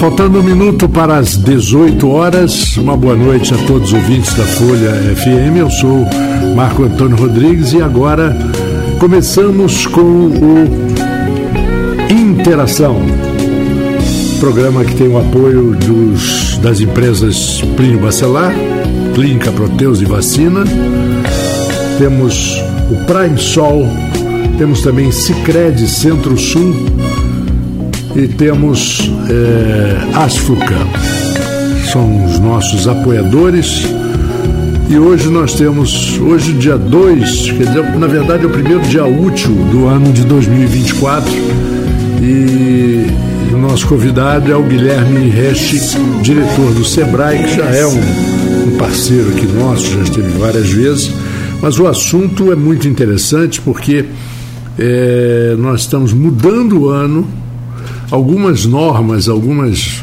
Faltando um minuto para as 18 horas, uma boa noite a todos os ouvintes da Folha FM. Eu sou Marco Antônio Rodrigues e agora começamos com o Interação, programa que tem o apoio das empresas Plínio Bacelar, Clínica Proteus e Vacina. Temos o Prime Sol, temos também Sicredi Centro-Sul e temos Asflucan. São os nossos apoiadores. E hoje nós temos, dia 2, quer dizer, na verdade é o primeiro dia útil do ano de 2024 e o nosso convidado é o Guilherme Resch, diretor do Sebrae, que já é um parceiro aqui nosso, já esteve várias vezes, mas o assunto é muito interessante porque nós estamos mudando o ano, algumas normas, algumas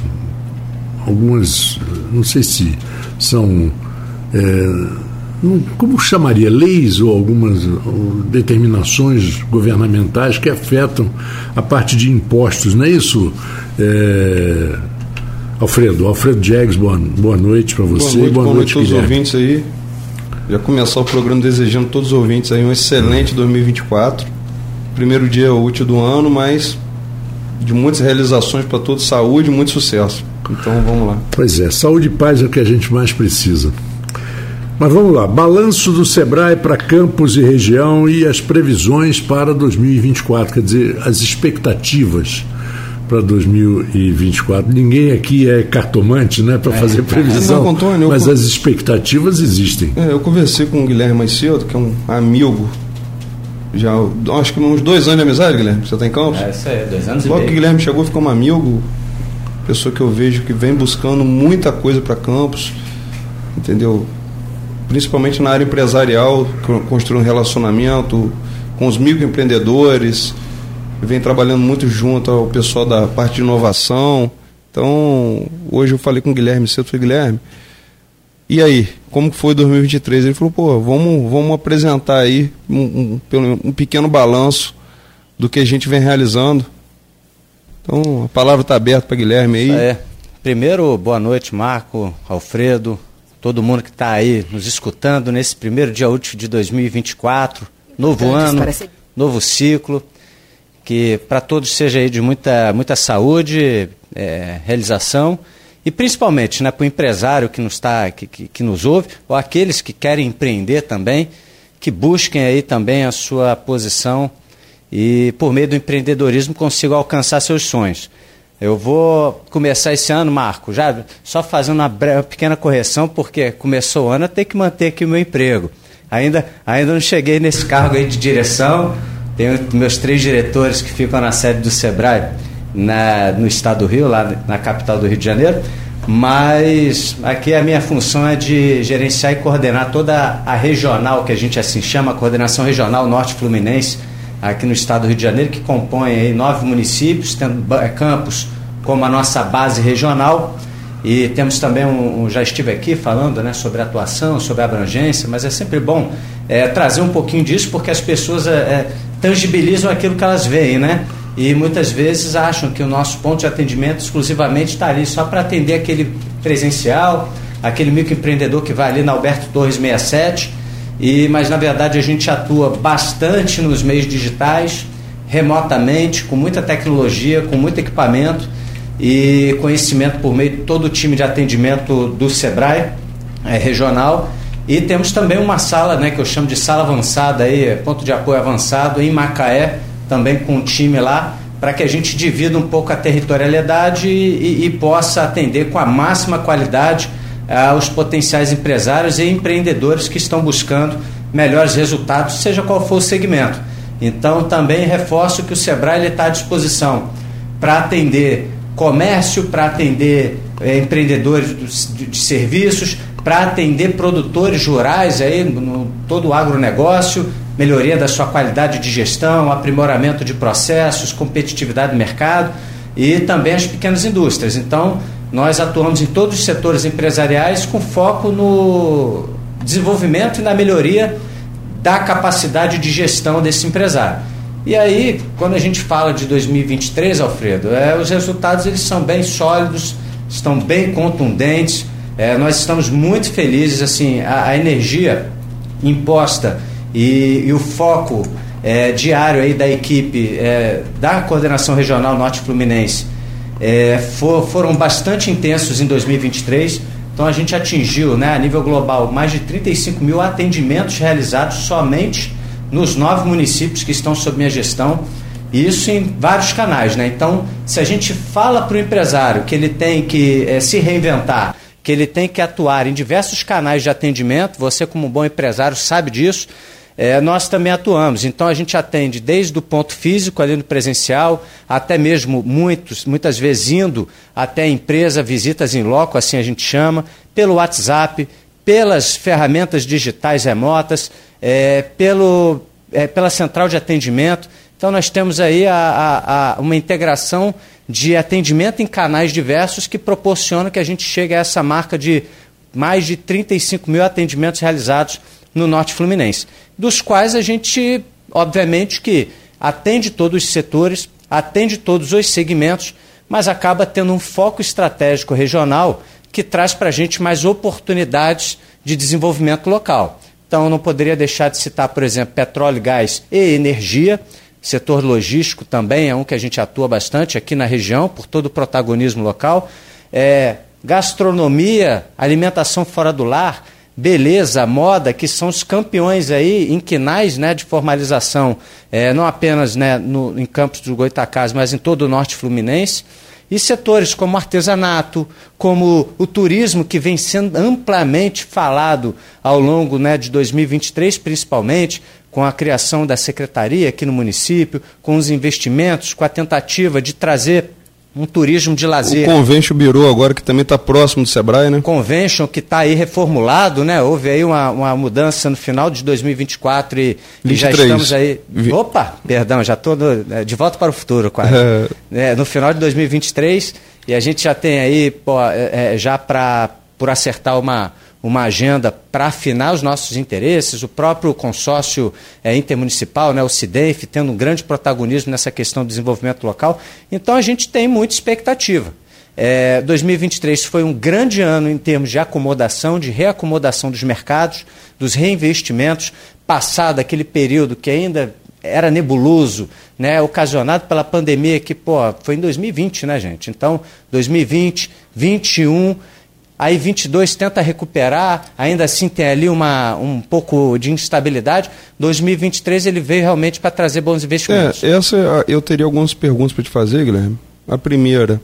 não sei se são como chamaria, leis ou algumas determinações governamentais que afetam a parte de impostos, não é isso, Alfredo Jags, boa noite para você. Boa noite a todos os ouvintes aí. Já começar o programa desejando a todos os ouvintes aí um excelente 2024, primeiro dia útil do ano, mas de muitas realizações para todos, saúde e muito sucesso. Então vamos lá. Pois é, saúde e paz é o que a gente mais precisa. Mas vamos lá, balanço do Sebrae para campus e região e as previsões para 2024, quer dizer, as expectativas para 2024. Ninguém aqui é cartomante, né, para fazer previsão, Antônio, mas as expectativas existem. Eu conversei com o Guilherme mais cedo, que é um amigo, já acho que uns 2 anos de amizade, Guilherme, você está em Campos? Isso aí, 2 anos e meio. Logo que o Guilherme chegou, ficou um amigo, pessoa que eu vejo que vem buscando muita coisa para Campos, entendeu? Principalmente na área empresarial, construir um relacionamento com os microempreendedores, vem trabalhando muito junto ao pessoal da parte de inovação. Então, hoje eu falei com o Guilherme cedo, falei, Guilherme, e aí, como foi 2023? Ele falou, vamos apresentar aí um pequeno balanço do que a gente vem realizando. Então, a palavra está aberta para Guilherme aí. Primeiro, boa noite, Marco, Alfredo, todo mundo que está aí nos escutando nesse primeiro dia útil de 2024, novo ano, novo ciclo, que para todos seja aí de muita saúde, realização e principalmente, né, para o empresário que nos ouve, ou aqueles que querem empreender também, que busquem aí também a sua posição e por meio do empreendedorismo consigam alcançar seus sonhos. Eu vou começar esse ano, Marco, já só fazendo uma pequena correção, porque começou o ano, eu tenho que manter aqui o meu emprego. Ainda não cheguei nesse cargo aí de direção, tenho meus 3 diretores que ficam na sede do Sebrae, no estado do Rio, lá na capital do Rio de Janeiro, mas aqui a minha função é de gerenciar e coordenar toda a regional, que a gente assim chama, a coordenação regional Norte Fluminense, aqui no estado do Rio de Janeiro, que compõe aí 9 municípios, tendo Campos como a nossa base regional, e temos também já estive aqui falando, né, sobre atuação, sobre abrangência, mas é sempre bom trazer um pouquinho disso, porque as pessoas tangibilizam aquilo que elas veem, né, e muitas vezes acham que o nosso ponto de atendimento exclusivamente está ali só para atender aquele presencial, aquele microempreendedor que vai ali na Alberto Torres 67, mas na verdade a gente atua bastante nos meios digitais, remotamente, com muita tecnologia, com muito equipamento e conhecimento por meio de todo o time de atendimento do Sebrae regional, e temos também uma sala, né, que eu chamo de sala avançada, aí, ponto de apoio avançado em Macaé, também com um time lá, para que a gente divida um pouco a territorialidade e possa atender com a máxima qualidade aos potenciais empresários e empreendedores que estão buscando melhores resultados, seja qual for o segmento. Então, também reforço que o Sebrae está à disposição para atender comércio, para atender empreendedores de serviços, para atender produtores rurais, aí, todo o agronegócio, melhoria da sua qualidade de gestão, aprimoramento de processos, competitividade do mercado e também as pequenas indústrias. Então, nós atuamos em todos os setores empresariais com foco no desenvolvimento e na melhoria da capacidade de gestão desse empresário. E aí, quando a gente fala de 2023, Alfredo, os resultados eles são bem sólidos, estão bem contundentes. Nós estamos muito felizes, assim, a energia imposta e o foco diário aí da equipe da Coordenação Regional Norte Fluminense foram bastante intensos em 2023. Então a gente atingiu, né, a nível global, mais de 35 mil atendimentos realizados somente nos 9 municípios que estão sob minha gestão, e isso em vários canais, né? Então, se a gente fala para o empresário que ele tem que se reinventar, que ele tem que atuar em diversos canais de atendimento, você como um bom empresário sabe disso, nós também atuamos. Então a gente atende desde o ponto físico ali no presencial, até mesmo muitas vezes indo até a empresa, visitas em loco, assim a gente chama, pelo WhatsApp, pelas ferramentas digitais remotas, pela central de atendimento. Então nós temos aí uma integração de atendimento em canais diversos que proporciona que a gente chegue a essa marca de mais de 35 mil atendimentos realizados no Norte Fluminense, dos quais a gente, obviamente, que atende todos os setores, atende todos os segmentos, mas acaba tendo um foco estratégico regional que traz para a gente mais oportunidades de desenvolvimento local. Então, eu não poderia deixar de citar, por exemplo, petróleo, gás e energia. Setor logístico também é um que a gente atua bastante aqui na região, por todo o protagonismo local. Gastronomia, alimentação fora do lar, beleza, moda, que são os campeões aí inquinais, né, de formalização, não apenas, né, em Campos do Goytacazes, mas em todo o Norte Fluminense. E setores como artesanato, como o turismo, que vem sendo amplamente falado ao longo, né, de 2023, principalmente, com a criação da secretaria aqui no município, com os investimentos, com a tentativa de trazer um turismo de lazer. O Convention Bureau agora, que também está próximo do Sebrae, né? Convention, que está aí reformulado, né? Houve aí uma mudança no final de 2024 e já estamos aí... Opa, perdão, já estou de volta para o futuro quase. No final de 2023, e a gente já tem aí, já por acertar uma agenda para afinar os nossos interesses, o próprio consórcio intermunicipal, né, o CIDENF, tendo um grande protagonismo nessa questão do desenvolvimento local. Então a gente tem muita expectativa. 2023 foi um grande ano em termos de acomodação, de reacomodação dos mercados, dos reinvestimentos, passado aquele período que ainda era nebuloso, né, ocasionado pela pandemia que foi em 2020, né, gente? Então 2020, 2021... Aí 22 tenta recuperar, ainda assim tem ali um pouco de instabilidade. 2023 ele veio realmente para trazer bons investimentos. Eu teria algumas perguntas para te fazer, Guilherme. A primeira,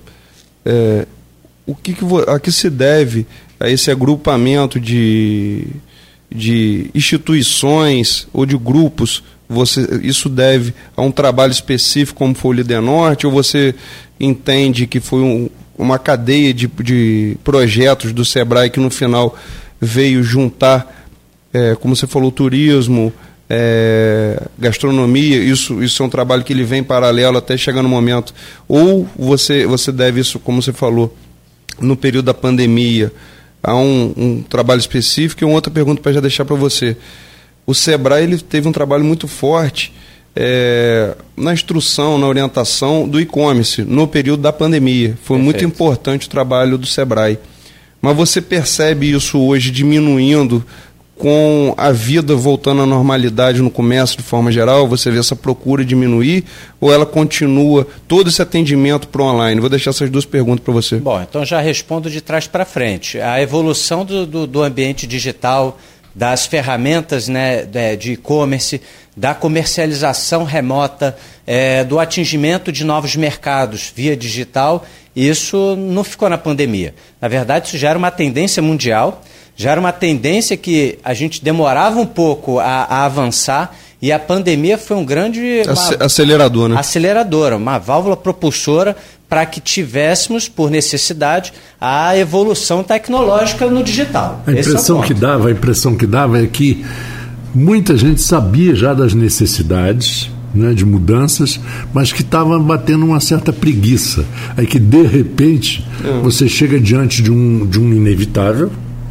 a que se deve a esse agrupamento de instituições ou de grupos? Isso deve a um trabalho específico como foi o Líder Norte, ou você entende que foi uma cadeia de projetos do Sebrae que no final veio juntar, como você falou, turismo, gastronomia, isso é um trabalho que ele vem paralelo até chegar no momento, ou você deve isso, como você falou, no período da pandemia, a um trabalho específico? E uma outra pergunta para já deixar para você. O Sebrae ele teve um trabalho muito forte na instrução, na orientação do e-commerce no período da pandemia. Foi Perfeito. Muito importante o trabalho do Sebrae. Mas você percebe isso hoje diminuindo com a vida voltando à normalidade no comércio de forma geral? Você vê essa procura diminuir ou ela continua todo esse atendimento para o online? Vou deixar essas duas perguntas para você. Bom, então já respondo de trás para frente. A evolução do ambiente digital, das ferramentas, né, de e-commerce, da comercialização remota, do atingimento de novos mercados via digital, isso não ficou na pandemia. Na verdade, isso já era uma tendência mundial, já era uma tendência que a gente demorava um pouco a avançar, e a pandemia foi um grande... acelerador, né? Aceleradora, uma válvula propulsora para que tivéssemos, por necessidade, a evolução tecnológica no digital. A impressão que dava é que muita gente sabia já das necessidades, né, de mudanças, mas que estava batendo uma certa preguiça. Aí que, de repente, você chega diante de um inevitável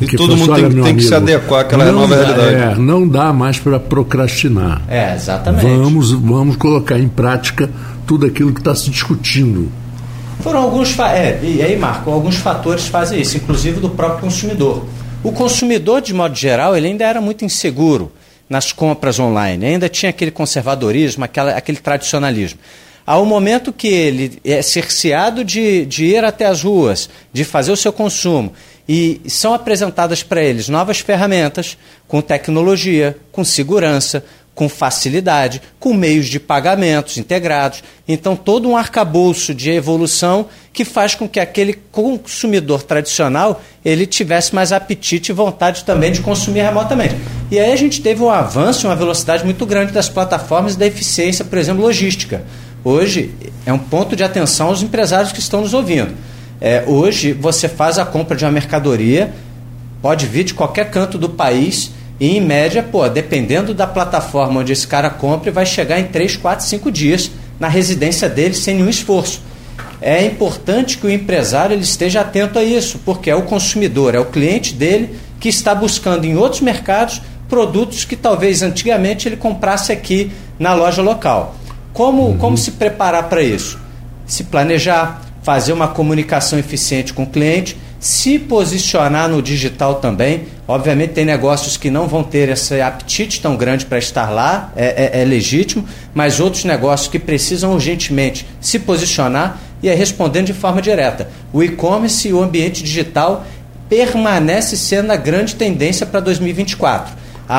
E todo mundo tem que se adequar àquela nova realidade. Não dá mais para procrastinar. Exatamente. Vamos colocar em prática tudo aquilo que está se discutindo. Foram alguns... e aí, Marco, alguns fatores fazem isso, inclusive do próprio consumidor. O consumidor, de modo geral, ele ainda era muito inseguro nas compras online. Ainda tinha aquele conservadorismo, aquele tradicionalismo. Ao momento que ele é cerceado de ir até as ruas, de fazer o seu consumo, e são apresentadas para eles novas ferramentas, com tecnologia, com segurança, com facilidade, com meios de pagamentos integrados. Então, todo um arcabouço de evolução que faz com que aquele consumidor tradicional ele tivesse mais apetite e vontade também de consumir remotamente. E aí a gente teve um avanço, uma velocidade muito grande das plataformas e da eficiência, por exemplo, logística. Hoje é um ponto de atenção aos empresários que estão nos ouvindo. Hoje você faz a compra de uma mercadoria, pode vir de qualquer canto do país e, em média, dependendo da plataforma onde esse cara compra, vai chegar em 3, 4, 5 dias na residência dele sem nenhum esforço. É importante que o empresário ele esteja atento a isso, porque é o consumidor, é o cliente dele que está buscando em outros mercados produtos que talvez antigamente ele comprasse aqui na loja local. Como se preparar para isso? Se planejar, fazer uma comunicação eficiente com o cliente, se posicionar no digital também. Obviamente tem negócios que não vão ter esse apetite tão grande para estar lá, é legítimo, mas outros negócios que precisam urgentemente se posicionar e respondendo de forma direta. O e-commerce e o ambiente digital permanece sendo a grande tendência para 2024.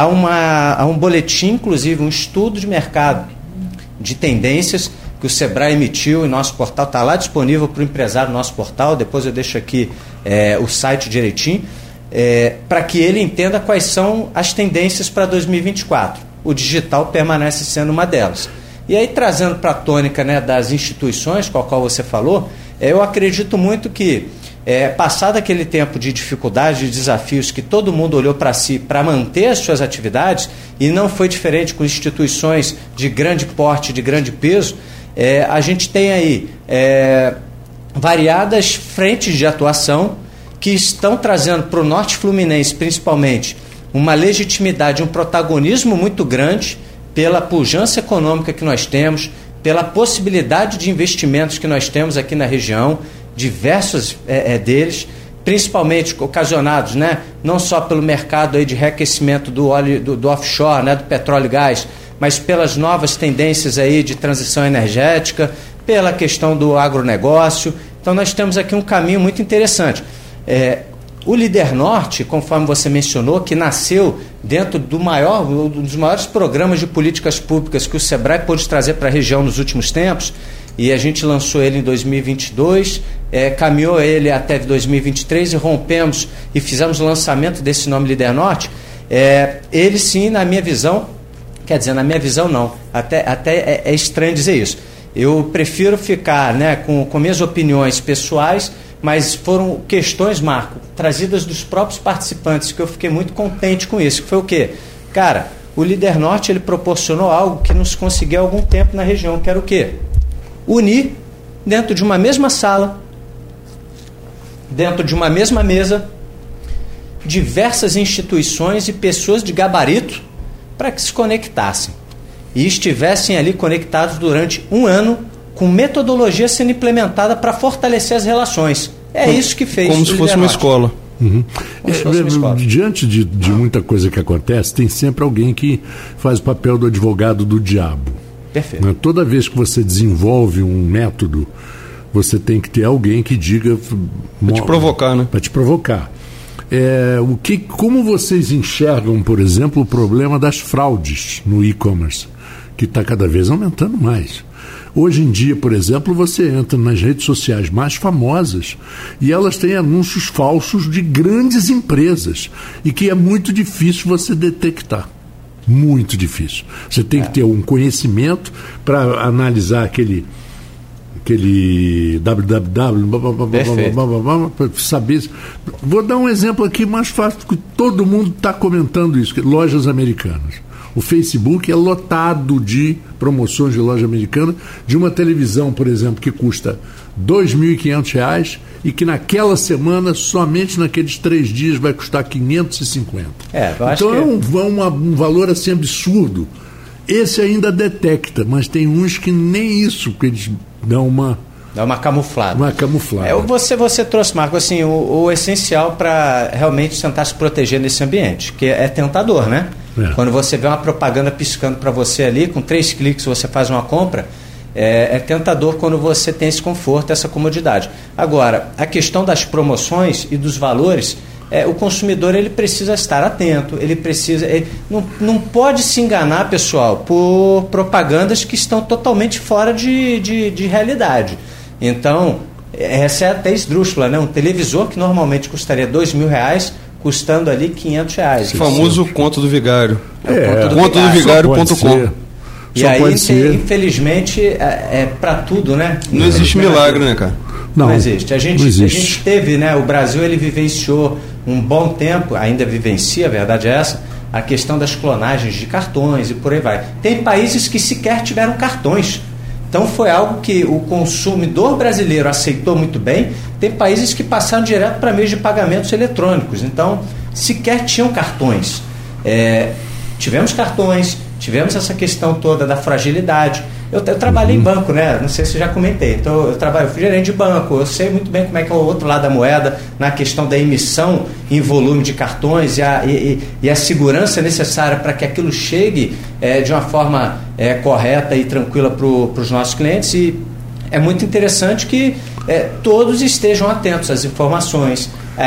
Há um boletim, inclusive um estudo de mercado de tendências que o Sebrae emitiu em nosso portal, está lá disponível para o empresário no nosso portal, depois eu deixo aqui o site direitinho, para que ele entenda quais são as tendências para 2024. O digital permanece sendo uma delas. E aí, trazendo para a tônica, né, das instituições, com a qual você falou, eu acredito muito que, passado aquele tempo de dificuldades, de desafios que todo mundo olhou para si para manter as suas atividades, e não foi diferente com instituições de grande porte, de grande peso, a gente tem aí variadas frentes de atuação que estão trazendo para o Norte Fluminense, principalmente, uma legitimidade, um protagonismo muito grande pela pujança econômica que nós temos, pela possibilidade de investimentos que nós temos aqui na região, diversos deles, principalmente ocasionados, né, não só pelo mercado aí de reaquecimento do óleo, do offshore, né, do petróleo e gás, mas pelas novas tendências aí de transição energética, pela questão do agronegócio. Então nós temos aqui um caminho muito interessante. O Líder Norte, conforme você mencionou, que nasceu dentro um dos maiores programas de políticas públicas que o Sebrae pôde trazer para a região nos últimos tempos, e a gente lançou ele em 2022, caminhou ele até 2023 e rompemos e fizemos o lançamento desse nome Líder Norte. Ele sim, na minha visão, quer dizer, na minha visão não, até é estranho dizer isso. Eu prefiro ficar, né, com minhas opiniões pessoais, mas foram questões, Marco, trazidas dos próprios participantes, que eu fiquei muito contente com isso, que foi o quê? Cara, o Líder Norte ele proporcionou algo que não se conseguia há algum tempo na região, que era o quê? Unir dentro de uma mesma sala, dentro de uma mesma mesa, diversas instituições e pessoas de gabarito para que se conectassem e estivessem ali conectados durante um ano, com metodologia sendo implementada para fortalecer as relações. Isso que fez. Como se fosse uma escola. Uhum. Diante de muita coisa que acontece, tem sempre alguém que faz o papel do advogado do diabo. Perfeito. Toda vez que você desenvolve um método, você tem que ter alguém que diga... Para te provocar, né? Para te provocar. Como vocês enxergam, por exemplo, o problema das fraudes no e-commerce, que está cada vez aumentando mais? Hoje em dia, por exemplo, você entra nas redes sociais mais famosas e elas têm anúncios falsos de grandes empresas e que é muito difícil você detectar. Muito difícil. Você tem que ter um conhecimento para analisar aquele www, para saber. Vou dar um exemplo aqui mais fácil, porque todo mundo está comentando isso, lojas americanas. O Facebook é lotado de promoções de loja americana, de uma televisão, por exemplo, que custa R$ 2.500 e que naquela semana, somente naqueles 3 dias, vai custar 550. Então é um valor assim absurdo. Esse ainda detecta, mas tem uns que nem isso, que eles dão uma... Dá uma camuflada. Uma camuflada. Você trouxe, Marco, assim, o essencial para realmente tentar se proteger nesse ambiente, que é tentador, né? Quando você vê uma propaganda piscando para você ali, com 3 cliques você faz uma compra, é tentador quando você tem esse conforto, essa comodidade. Agora, a questão das promoções e dos valores, o consumidor ele precisa estar atento, ele não pode se enganar, pessoal, por propagandas que estão totalmente fora de realidade. Então, essa é até esdrúxula, né? Um televisor que normalmente custaria R$2.000, custando ali R$500. O famoso conto do vigário. Contodovigário.com. E aí, infelizmente, para tudo, né? Não existe milagre, né, cara? Não existe. A gente teve, né? O Brasil, ele vivenciou um bom tempo, ainda vivencia, a verdade é essa, a questão das clonagens de cartões e por aí vai. Tem países que sequer tiveram cartões. Então foi algo que o consumidor brasileiro aceitou muito bem. Tem países que passaram direto para meios de pagamentos eletrônicos. Então sequer tinham cartões. Tivemos cartões, tivemos essa questão toda da fragilidade. Eu trabalhei em banco, né? Não sei se eu já comentei. Então eu fui gerente de banco, eu sei muito bem como é que é o outro lado da moeda na questão da emissão em volume de cartões e a segurança necessária para que aquilo chegue de uma forma correta e tranquila para os nossos clientes. E é muito interessante que todos estejam atentos às informações,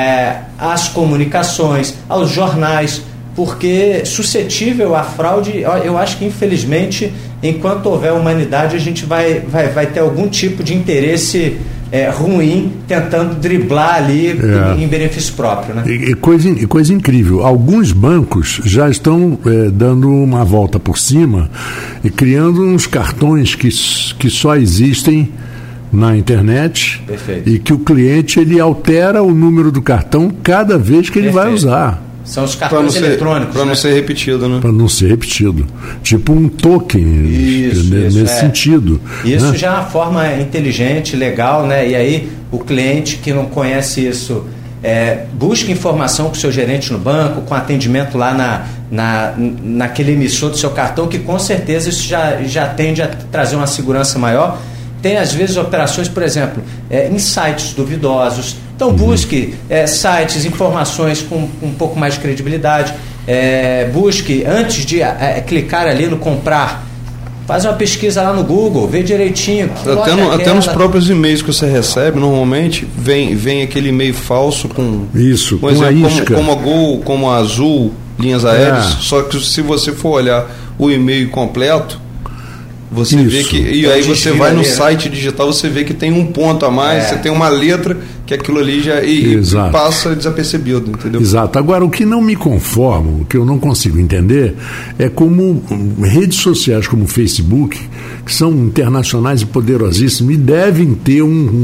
às comunicações, aos jornais, porque suscetível à fraude, eu acho que infelizmente, enquanto houver humanidade, a gente vai ter algum tipo de interesse ruim, tentando driblar ali em benefício próprio, né? E coisa incrível, alguns bancos já estão dando uma volta por cima e criando uns cartões que só existem na internet. Perfeito. E que o cliente ele altera o número do cartão cada vez que ele vai usar. São os cartões eletrônicos. Para não ser repetido, né? Para não ser repetido. Tipo um token, nesse sentido. Isso, né? já é uma forma inteligente, legal, né? E aí o cliente que não conhece isso busca informação com o seu gerente no banco, com atendimento lá naquele emissor do seu cartão, que com certeza isso já tende a trazer uma segurança maior. Tem às vezes operações, por exemplo, em sites duvidosos. Então busque sites, informações com um pouco mais de credibilidade. Busque, antes de clicar ali no comprar, faz uma pesquisa lá no Google, vê direitinho. Até nos próprios e-mails que você recebe, normalmente vem aquele e-mail falso com a isca. Como a Gol, como a Azul, linhas aéreas. Só que se você for olhar o e-mail completo, você vê que. E aí você vai no site digital, você vê que tem um ponto a mais, você tem uma letra que aquilo ali já passa desapercebido, entendeu? Exato. Agora, o que não me conforma, o que eu não consigo entender, é como redes sociais como o Facebook, que são internacionais e poderosíssimas, e devem ter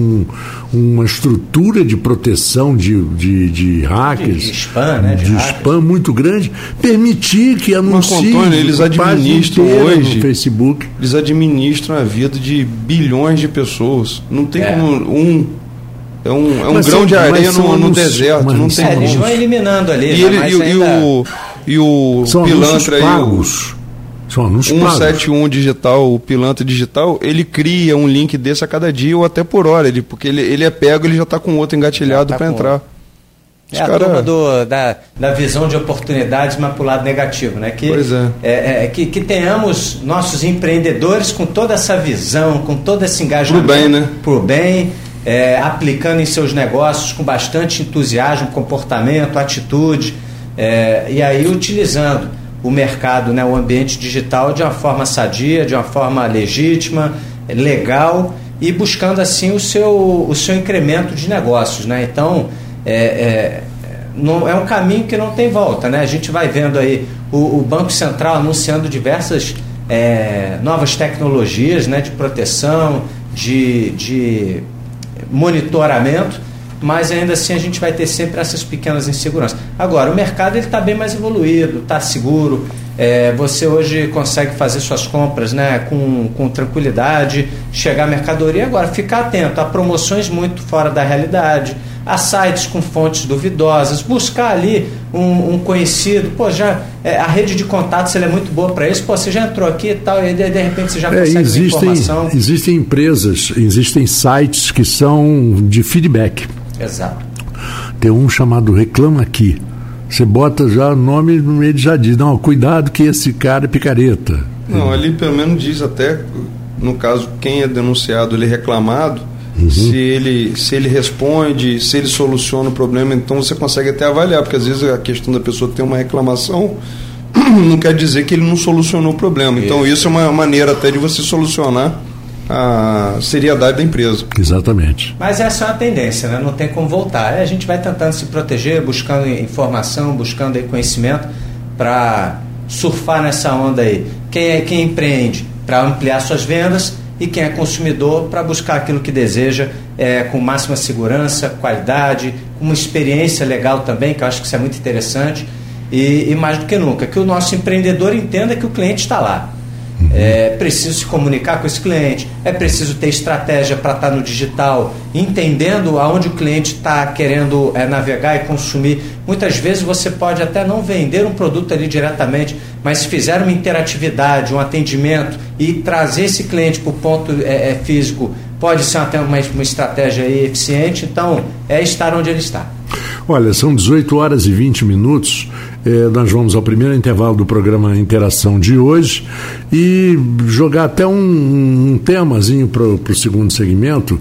uma estrutura de proteção de hackers, de spam, né? De spam muito grande, permitir que anunciem. Antônio, eles administram hoje no Facebook. Eles administram a vida de bilhões de pessoas. Não tem como é um grão de areia no deserto. Não tem como. Eles vão eliminando ali. E o pilantra aí, são anúncios 171 digital, o pilantra digital, ele cria um link desse a cada dia ou até por hora, porque ele é pego, ele já está com outro engatilhado para entrar. A turma da visão de oportunidades, mas para o lado negativo, né? Que tenhamos nossos empreendedores com toda essa visão, com todo esse engajamento pro bem, né? Pro bem, aplicando em seus negócios com bastante entusiasmo, comportamento, atitude, e aí utilizando o mercado, né, o ambiente digital de uma forma sadia, de uma forma legítima, legal, e buscando assim o seu incremento de negócios, né? Então não, é um caminho que não tem volta, né? A gente vai vendo aí o Banco Central anunciando diversas novas tecnologias, né, de proteção, de monitoramento, mas ainda assim a gente vai ter sempre essas pequenas inseguranças. Agora, o mercado está bem mais evoluído, está seguro, Você hoje consegue fazer suas compras, né, com tranquilidade, chegar à mercadoria. Agora, ficar atento a promoções muito fora da realidade, a sites com fontes duvidosas, buscar ali um conhecido, a rede de contatos ela é muito boa para isso, você já entrou aqui e tal, e de repente você já consegue informação. Existem empresas, existem sites que são de feedback. Exato. Tem um chamado Reclama Aqui. Você bota já o nome, ele já diz, não, cuidado que esse cara é picareta. Não, ali pelo menos diz até, no caso, quem é denunciado, ele é reclamado, se ele responde, se ele soluciona o problema, então você consegue até avaliar, porque às vezes a questão da pessoa ter uma reclamação não quer dizer que ele não solucionou o problema. Então isso é uma maneira até de você solucionar a seriedade da empresa. Exatamente. Mas essa é uma tendência, né? Não tem como voltar. A gente vai tentando se proteger, buscando informação, buscando aí conhecimento para surfar nessa onda aí. Quem empreende para ampliar suas vendas e quem é consumidor para buscar aquilo que deseja com máxima segurança, qualidade, uma experiência legal também, que eu acho que isso é muito interessante, e mais do que nunca, que o nosso empreendedor entenda que o cliente está lá. É preciso se comunicar com esse cliente, é preciso ter estratégia para estar no digital, entendendo aonde o cliente está querendo navegar e consumir. Muitas vezes você pode até não vender um produto ali diretamente, mas se fizer uma interatividade, um atendimento e trazer esse cliente para o ponto físico, pode ser até uma estratégia aí eficiente. Então, é estar onde ele está. Olha, são 18 horas e 20 minutos. Nós vamos ao primeiro intervalo do programa Interação de hoje e jogar até um temazinho para o segundo segmento.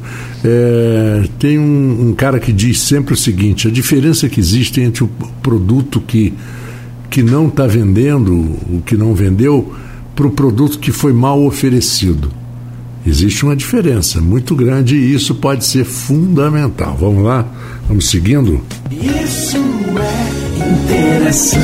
Tem um cara que diz sempre o seguinte: a diferença que existe entre o produto que não está vendendo, o que não vendeu, para o produto que foi mal oferecido. Existe uma diferença muito grande e isso pode ser fundamental. Vamos lá? Vamos seguindo? Isso é interação.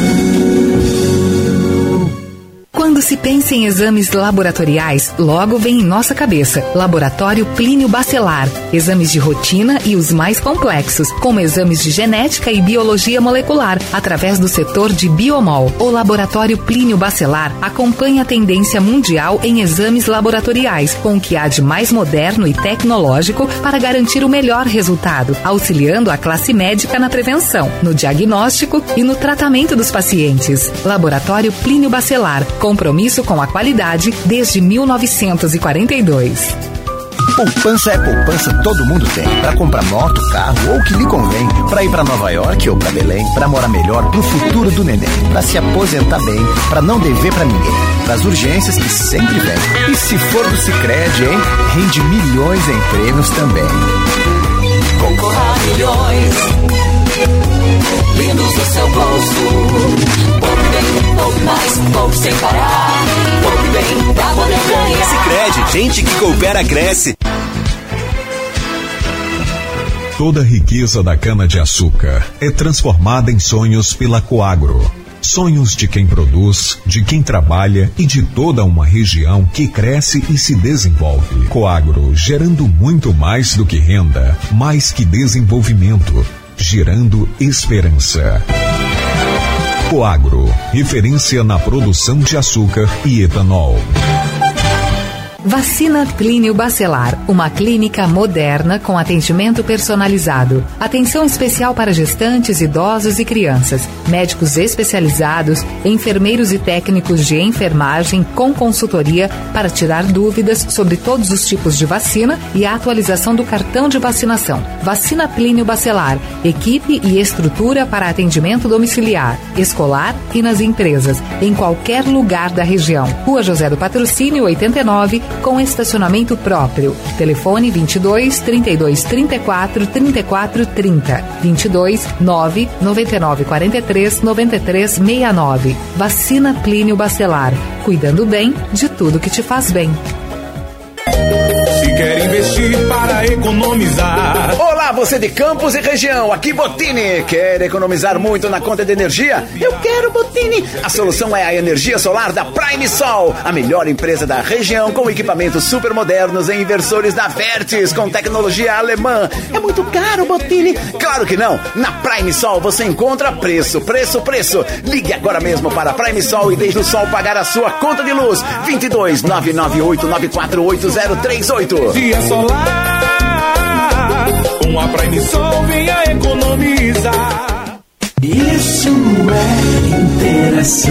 Quando se pensa em exames laboratoriais, logo vem em nossa cabeça Laboratório Plínio Bacelar. Exames de rotina e os mais complexos, como exames de genética e biologia molecular, através do setor de Biomol. O Laboratório Plínio Bacelar acompanha a tendência mundial em exames laboratoriais, com o que há de mais moderno e tecnológico para garantir o melhor resultado, auxiliando a classe médica na prevenção, no diagnóstico e no tratamento dos pacientes. Laboratório Plínio Bacelar, compromisso com a qualidade desde 1942. Poupança é poupança, todo mundo tem. Para comprar moto, carro ou o que lhe convém. Para ir para Nova York ou para Belém. Para morar melhor, pro futuro do neném. Para se aposentar bem, para não dever para ninguém. Para as urgências que sempre vem. E se for do Sicredi, hein? Rende milhões em prêmios também. Concorra a milhões, lindos no seu bolso. Poupe bem, poupe mais, poupe sem parar. Poupe bem, pra poder ganhar. Sicredi, gente que coopera, cresce. Toda a riqueza da cana-de-açúcar é transformada em sonhos pela Coagro. Sonhos de quem produz, de quem trabalha e de toda uma região que cresce e se desenvolve. Coagro, gerando muito mais do que renda, mais que desenvolvimento, gerando esperança. Coagro, referência na produção de açúcar e etanol. Vacina Plínio Bacelar, uma clínica moderna com atendimento personalizado. Atenção especial para gestantes, idosos e crianças. Médicos especializados, enfermeiros e técnicos de enfermagem com consultoria para tirar dúvidas sobre todos os tipos de vacina e a atualização do cartão de vacinação. Vacina Plínio Bacelar, equipe e estrutura para atendimento domiciliar, escolar e nas empresas, em qualquer lugar da região. Rua José do Patrocínio, 89, com estacionamento próprio. Telefone 22 32 34 34 30. 22 9 99 43 93 69. Vacina Plínio Bacelar. Cuidando bem de tudo que te faz bem. Se quer investir para economizar. Olá, você de Campos e região, aqui Botini. Quer economizar muito na conta de energia? Eu quero Botini. A solução é a energia solar da Prime Sol, a melhor empresa da região com equipamentos super modernos e inversores da Vertis com tecnologia alemã. É muito caro, Botini? Claro que não. Na Prime Sol você encontra preço. Ligue agora mesmo para a Prime Sol e deixe o sol pagar a sua conta de luz. 22 998 948038. Dia solar, com a Prime Sol venha economizar. Isso é interação.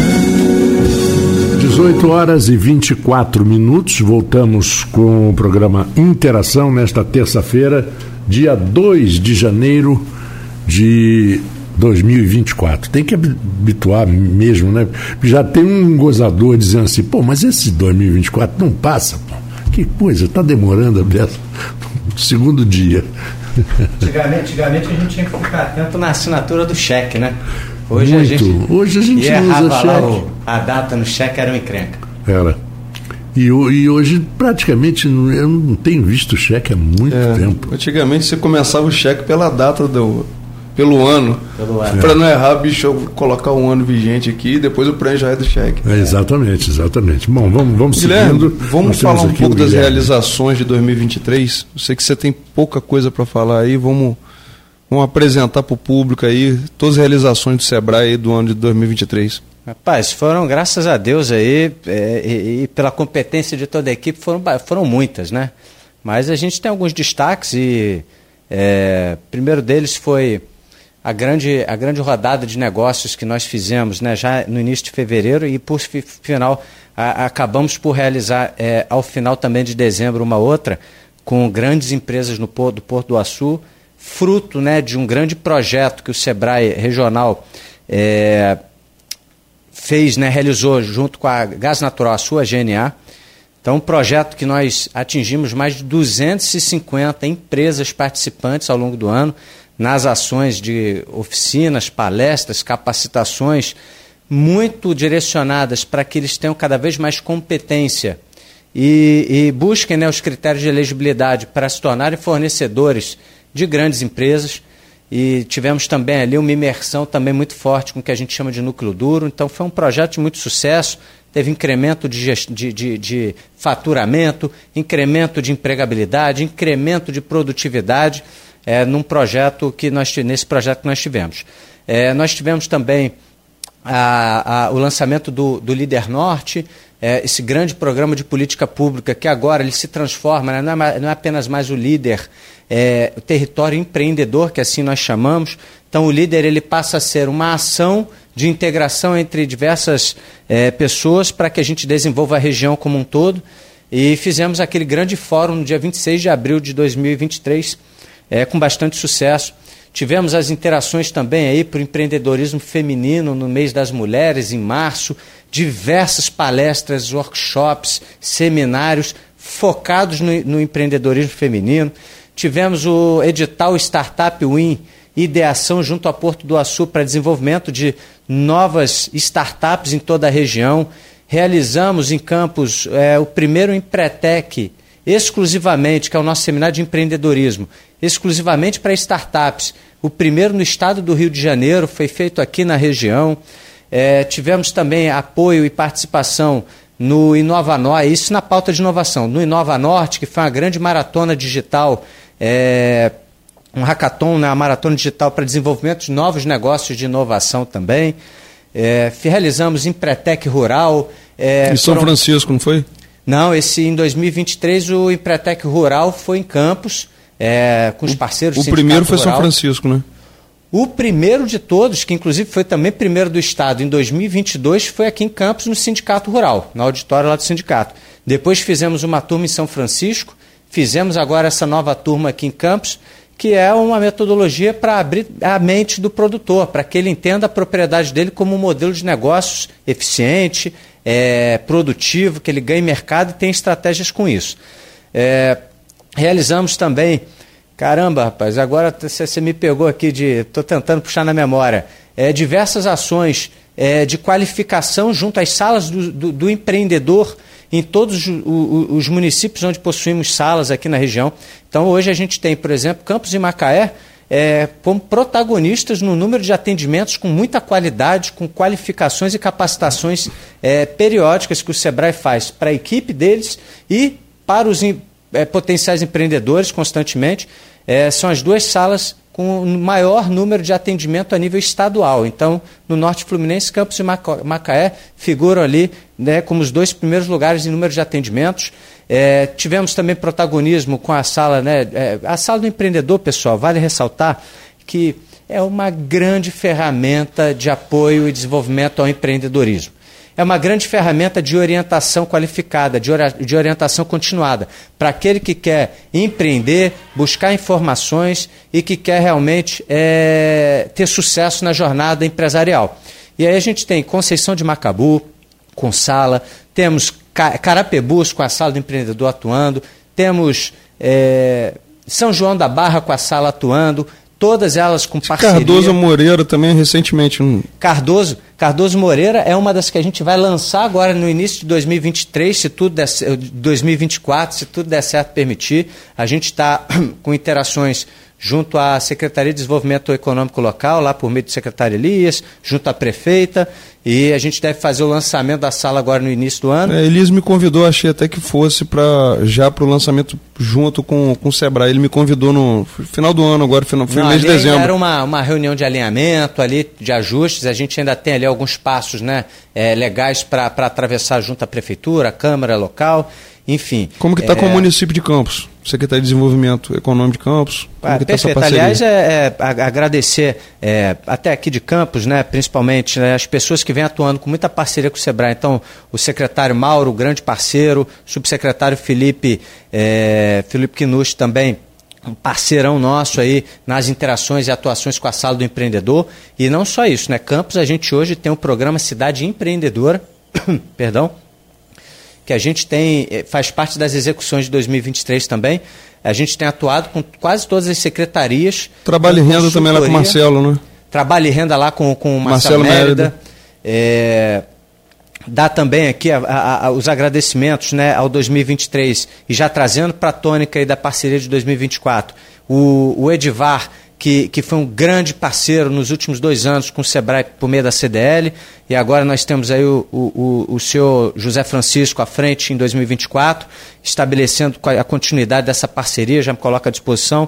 18 horas e 24 minutos, voltamos com o programa Interação nesta terça-feira, dia 2 de janeiro de 2024. Tem que habituar mesmo, né? Já tem um gozador dizendo assim, mas esse 2024 não passa, pô. Que coisa, tá demorando a segundo dia. Antigamente a gente tinha que ficar atento na assinatura do cheque, né? Hoje a gente errava usa lá cheque. A data no cheque era uma encrenca. Era. E hoje praticamente eu não tenho visto cheque há muito tempo. Antigamente você começava o cheque pela data pelo ano. Para não errar, bicho, eu colocar um ano vigente aqui e depois o prêmio já é do cheque. Exatamente. Bom, vamos Guilherme, seguindo. Vamos falar um pouco das realizações de 2023. Eu sei que você tem pouca coisa para falar aí, vamos apresentar para o público aí todas as realizações do Sebrae aí do ano de 2023. Rapaz, foram, graças a Deus aí, e pela competência de toda a equipe, foram muitas, né? Mas a gente tem alguns destaques e primeiro deles foi a grande rodada de negócios que nós fizemos, né, já no início de fevereiro e por final acabamos por realizar ao final também de dezembro uma outra com grandes empresas do Porto do Açu, fruto, né, de um grande projeto que o Sebrae regional fez, né, realizou junto com a Gás Natural Açu, a GNA. Então, um projeto que nós atingimos mais de 250 empresas participantes ao longo do ano, nas ações de oficinas, palestras, capacitações, muito direcionadas para que eles tenham cada vez mais competência e busquem, né, os critérios de elegibilidade para se tornarem fornecedores de grandes empresas. E tivemos também ali uma imersão também muito forte com o que a gente chama de núcleo duro. Então foi um projeto de muito sucesso, teve incremento de faturamento, incremento de empregabilidade, incremento de produtividade nesse projeto que nós tivemos. Nós tivemos também o lançamento do Líder Norte, esse grande programa de política pública que agora ele se transforma, né? Não é apenas mais o líder, o território empreendedor, que assim nós chamamos. Então o líder ele passa a ser uma ação de integração entre diversas pessoas para que a gente desenvolva a região como um todo. E fizemos aquele grande fórum no dia 26 de abril de 2023, com bastante sucesso. Tivemos as interações também aí para o empreendedorismo feminino no mês das mulheres, em março, diversas palestras, workshops, seminários focados no empreendedorismo feminino. Tivemos o edital Startup Win, ideação junto ao Porto do Açu para desenvolvimento de novas startups em toda a região. Realizamos em Campos o primeiro Empretec, exclusivamente, que é o nosso seminário de empreendedorismo, exclusivamente para startups. O primeiro no estado do Rio de Janeiro, foi feito aqui na região. Tivemos também apoio e participação no Inova Norte, isso na pauta de inovação, no Inova Norte, que foi uma grande maratona digital, um hackathon, né, uma maratona digital para desenvolvimento de novos negócios de inovação também. Realizamos Empretec Rural. Em São Francisco, não foi? Não, em 2023 o Empretec Rural foi em Campos, com os parceiros do Sindicato Rural. O primeiro foi Rural. São Francisco, né? O primeiro de todos, que inclusive foi também primeiro do Estado em 2022, foi aqui em Campos, no Sindicato Rural, na auditória lá do Sindicato. Depois fizemos uma turma em São Francisco, fizemos agora essa nova turma aqui em Campos, que é uma metodologia para abrir a mente do produtor, para que ele entenda a propriedade dele como um modelo de negócios eficiente, produtivo, que ele ganhe mercado e tenha estratégias com isso. Realizamos também, caramba, rapaz, agora você me pegou aqui estou tentando puxar na memória, diversas ações de qualificação junto às salas do empreendedor em todos os municípios onde possuímos salas aqui na região. Então, hoje a gente tem, por exemplo, Campos e Macaé como protagonistas no número de atendimentos com muita qualidade, com qualificações e capacitações periódicas que o SEBRAE faz para a equipe deles e para os potenciais empreendedores constantemente. São as 2 salas com o maior número de atendimento a nível estadual. Então, no Norte Fluminense, Campos e Macaé figuram ali, né, como os 2 primeiros lugares em número de atendimentos. Tivemos também protagonismo com a sala, né, a sala do empreendedor, pessoal, vale ressaltar que é uma grande ferramenta de apoio e desenvolvimento ao empreendedorismo. É uma grande ferramenta de orientação qualificada, de orientação continuada, para aquele que quer empreender, buscar informações e que quer realmente ter sucesso na jornada empresarial. E aí a gente tem Conceição de Macabu, com sala, temos Carapebus com a sala do empreendedor atuando, temos São João da Barra com a sala atuando, todas elas com parceria. Cardoso Moreira também recentemente. Cardoso Moreira é uma das que a gente vai lançar agora no início de 2023, se tudo der, 2024, se tudo der certo permitir. A gente está com interações junto à Secretaria de Desenvolvimento Econômico Local, lá por meio do secretário Elias, junto à prefeita, e a gente deve fazer o lançamento da sala agora no início do ano. Elias me convidou, achei até que fosse já para o lançamento junto com o SEBRAE. Ele me convidou no final do ano, agora, no mês de dezembro. Era uma reunião de alinhamento ali, de ajustes. A gente ainda tem ali alguns passos, né, legais para atravessar junto à prefeitura, à Câmara local, enfim. Como que está com o município de Campos? Secretaria de Desenvolvimento Econômico de Campos? Perfeito. Aliás, agradecer até aqui de Campos, né, principalmente, né, as pessoas que vêm atuando com muita parceria com o SEBRAE. Então, o secretário Mauro, grande parceiro, o subsecretário Felipe Quinucci também, um parceirão nosso aí nas interações e atuações com a sala do empreendedor. E não só isso, né? Campos, a gente hoje tem um programa Cidade Empreendedora, perdão, que a gente tem, faz parte das execuções de 2023 também. A gente tem atuado com quase todas as secretarias. Trabalho e renda também lá com o Marcelo, né? Trabalho e renda lá com o Marcelo Mérida. Dá também aqui os agradecimentos, né, ao 2023 e já trazendo para a tônica aí da parceria de 2024. O Edivar, que foi um grande parceiro nos últimos 2 anos com o SEBRAE por meio da CDL, e agora nós temos aí o senhor José Francisco à frente em 2024, estabelecendo a continuidade dessa parceria, já me coloca à disposição.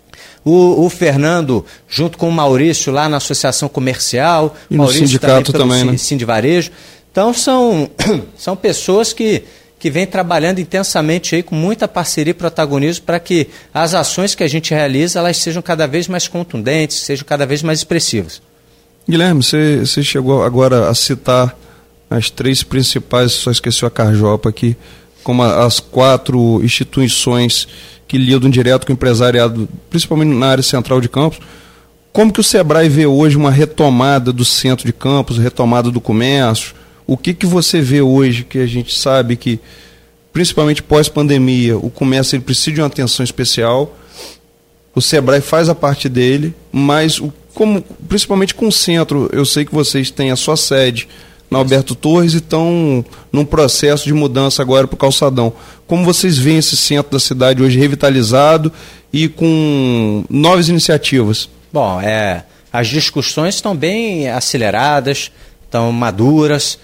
O Fernando, junto com o Maurício, lá na Associação Comercial, e Maurício no sindicato também, né? Sindivarejo. Então são pessoas que vem trabalhando intensamente aí com muita parceria e protagonismo para que as ações que a gente realiza elas sejam cada vez mais contundentes, sejam cada vez mais expressivas. Guilherme, você chegou agora a citar as 3 principais, só esqueceu a Carjopa aqui, como as 4 instituições que lidam direto com o empresariado, principalmente na área central de Campos. Como que o SEBRAE vê hoje uma retomada do centro de Campos, retomada do comércio? O que você vê hoje que a gente sabe que, principalmente pós-pandemia, o comércio ele precisa de uma atenção especial, o SEBRAE faz a parte dele, mas principalmente com o centro, eu sei que vocês têm a sua sede na Alberto Torres e estão num processo de mudança agora para o Calçadão. Como vocês veem esse centro da cidade hoje revitalizado e com novas iniciativas? Bom, as discussões estão bem aceleradas, estão maduras.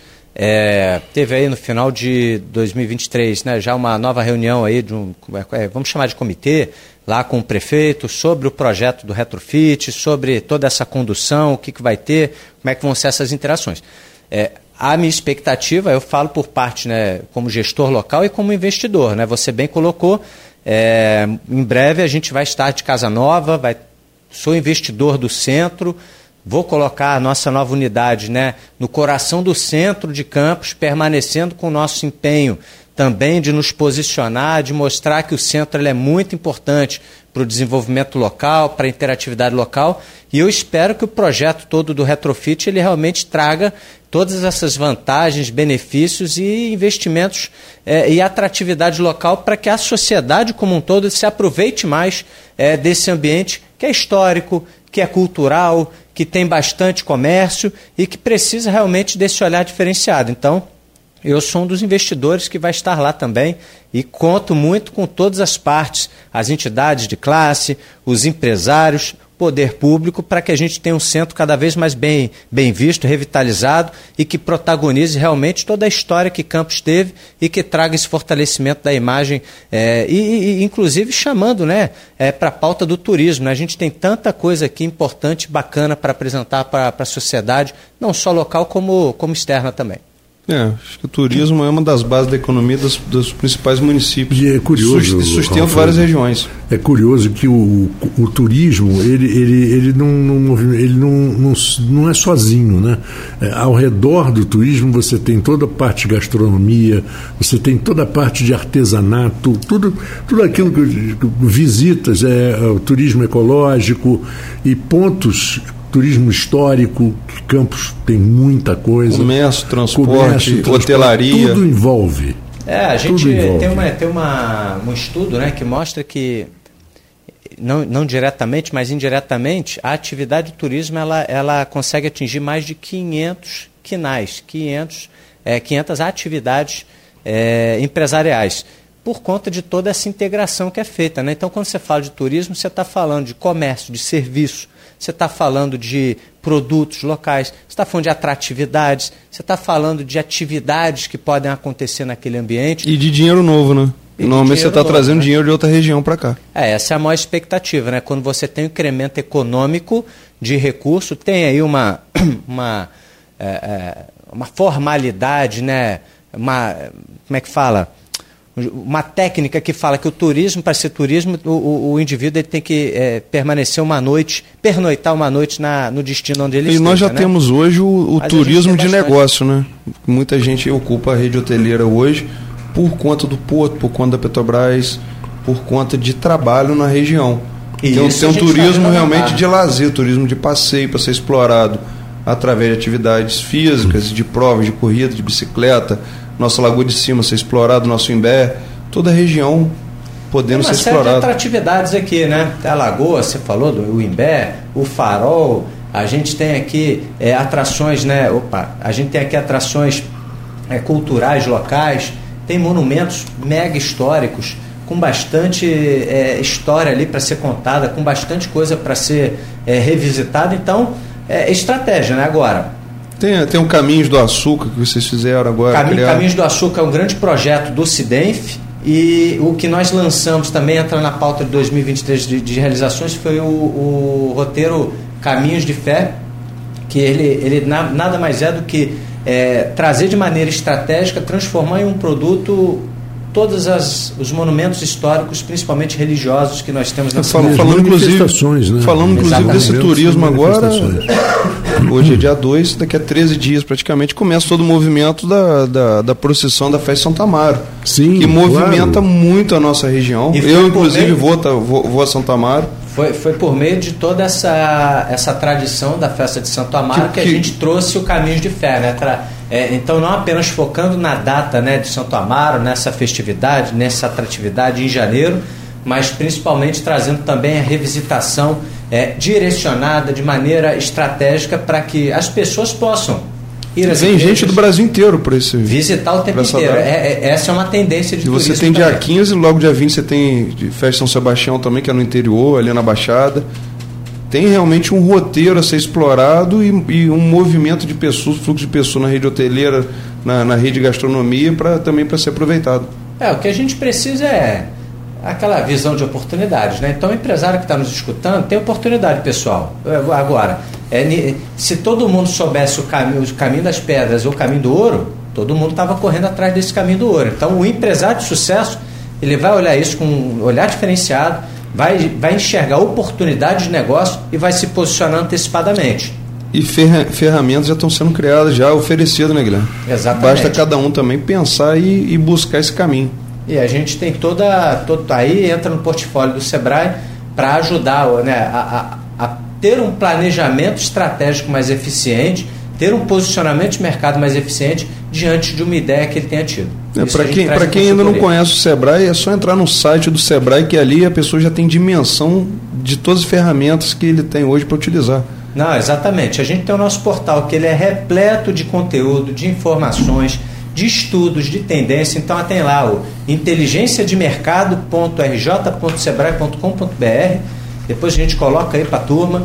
Teve aí no final de 2023, né, já uma nova reunião aí vamos chamar de comitê, lá com o prefeito, sobre o projeto do retrofit, sobre toda essa condução, o que vai ter, como é que vão ser essas interações. A minha expectativa, eu falo por parte, né, como gestor local e como investidor, né, você bem colocou, em breve a gente vai estar de casa nova, sou investidor do centro, vou colocar a nossa nova unidade, né, no coração do centro de Campos, permanecendo com o nosso empenho também de nos posicionar, de mostrar que o centro ele é muito importante para o desenvolvimento local, para a interatividade local, e eu espero que o projeto todo do retrofit ele realmente traga todas essas vantagens, benefícios e investimentos e atratividade local para que a sociedade como um todo se aproveite mais desse ambiente que é histórico, que é cultural, que tem bastante comércio e que precisa realmente desse olhar diferenciado. Então, Eu sou um dos investidores que vai estar lá também e conto muito com todas as partes, as entidades de classe, os empresários, poder público, para que a gente tenha um centro cada vez mais bem visto, revitalizado e que protagonize realmente toda a história que Campos teve e que traga esse fortalecimento da imagem e inclusive chamando, né, para a pauta do turismo. Né? A gente tem tanta coisa aqui importante, bacana para apresentar para a sociedade, não só local como externa também. Acho que o turismo é uma das bases da economia dos principais municípios. E é curioso, sustenta várias regiões. É curioso que o turismo ele não é sozinho, né? Ao redor do turismo você tem toda a parte de gastronomia, você tem toda a parte de artesanato, tudo aquilo que visitas, o turismo ecológico e pontos. Turismo histórico, que Campos tem muita coisa. Comércio, transporte, hotelaria. Tudo envolve. A gente tem um estudo, né, que mostra que, não diretamente, mas indiretamente, a atividade do turismo ela consegue atingir mais de 500 quinais, 500 atividades empresariais, por conta de toda essa integração que é feita. Né? Então, quando você fala de turismo, você está falando de comércio, de serviço, você está falando de produtos locais, você está falando de atratividades, você está falando de atividades que podem acontecer naquele ambiente. E de dinheiro novo, né? Normalmente você está trazendo dinheiro de outra região para cá. Essa é a maior expectativa, né? Quando você tem um incremento econômico de recurso, tem aí uma formalidade, né? Como é que fala? Uma técnica que fala que o turismo, para ser turismo, o indivíduo ele tem que pernoitar uma noite no destino onde ele esteja. E nós já temos hoje o turismo de negócio, né? Muita gente ocupa a rede hoteleira hoje por conta do Porto, por conta da Petrobras, por conta de trabalho na região. Então tem um turismo realmente de lazer, turismo de passeio para ser explorado através de atividades físicas, de provas de corrida, de bicicleta, nossa Lagoa de Cima ser explorado, nosso Imbé, toda a região podendo ser explorada. Tem uma série de atratividades aqui, né? A Lagoa, você falou do Imbé, o Farol, a gente tem aqui atrações, né? A gente tem aqui atrações culturais locais, tem monumentos mega históricos, com bastante história ali para ser contada, com bastante coisa para ser revisitada. Então, estratégia, né? Agora, tem um Caminhos do Açúcar que vocês fizeram agora. Caminhos do Açúcar é um grande projeto do Cidenf, e o que nós lançamos também entra na pauta de 2023 de realizações, foi o roteiro Caminhos de Fé, que ele nada mais é do que trazer de maneira estratégica, transformar em um produto todos os monumentos históricos, principalmente religiosos, que nós temos na cidade. Falando inclusive desse turismo agora, hoje é dia 2, daqui a 13 dias praticamente começa todo o movimento da procissão da festa de Santo Amaro. Sim, que movimenta muito a nossa região. Eu inclusive vou a Santo Amaro. Foi por meio de toda essa tradição da festa de Santo Amaro que a gente trouxe o Caminhos de Fé, né? Então, não apenas focando na data, né, de Santo Amaro, nessa festividade, nessa atratividade em janeiro, mas principalmente trazendo também a revisitação direcionada de maneira estratégica para que as pessoas possam ir às igrejas, gente do Brasil inteiro para esse visitar o tempo inteiro. Essa é uma tendência de turismo. Você tem dia 15, logo dia 20 você tem festa São Sebastião também, que é no interior, ali na Baixada. Tem realmente um roteiro a ser explorado e um movimento de pessoas, fluxo de pessoas na rede hoteleira, na rede de gastronomia, também para ser aproveitado. O que a gente precisa é aquela visão de oportunidades, né? Então, o empresário que está nos escutando tem oportunidade, pessoal. Agora, se todo mundo soubesse o caminho das pedras ou o caminho do ouro, todo mundo estava correndo atrás desse caminho do ouro. Então, o empresário de sucesso, ele vai olhar isso com um olhar diferenciado, vai enxergar oportunidades de negócio e vai se posicionar antecipadamente. E ferramentas já estão sendo criadas, já oferecidas, né, Guilherme? Exatamente. Basta cada um também pensar e buscar esse caminho. E a gente tem aí entra no portfólio do Sebrae para ajudar, né, a ter um planejamento estratégico mais eficiente, ter um posicionamento de mercado mais eficiente diante de uma ideia que ele tenha tido. Para quem ainda não conhece o Sebrae, é só entrar no site do Sebrae, que ali a pessoa já tem dimensão de todas as ferramentas que ele tem hoje para utilizar. Não, exatamente. A gente tem o nosso portal, que ele é repleto de conteúdo, de informações, de estudos, de tendência. Então tem lá o inteligenciademercado.rj.sebrae.com.br. Depois a gente coloca aí para a turma,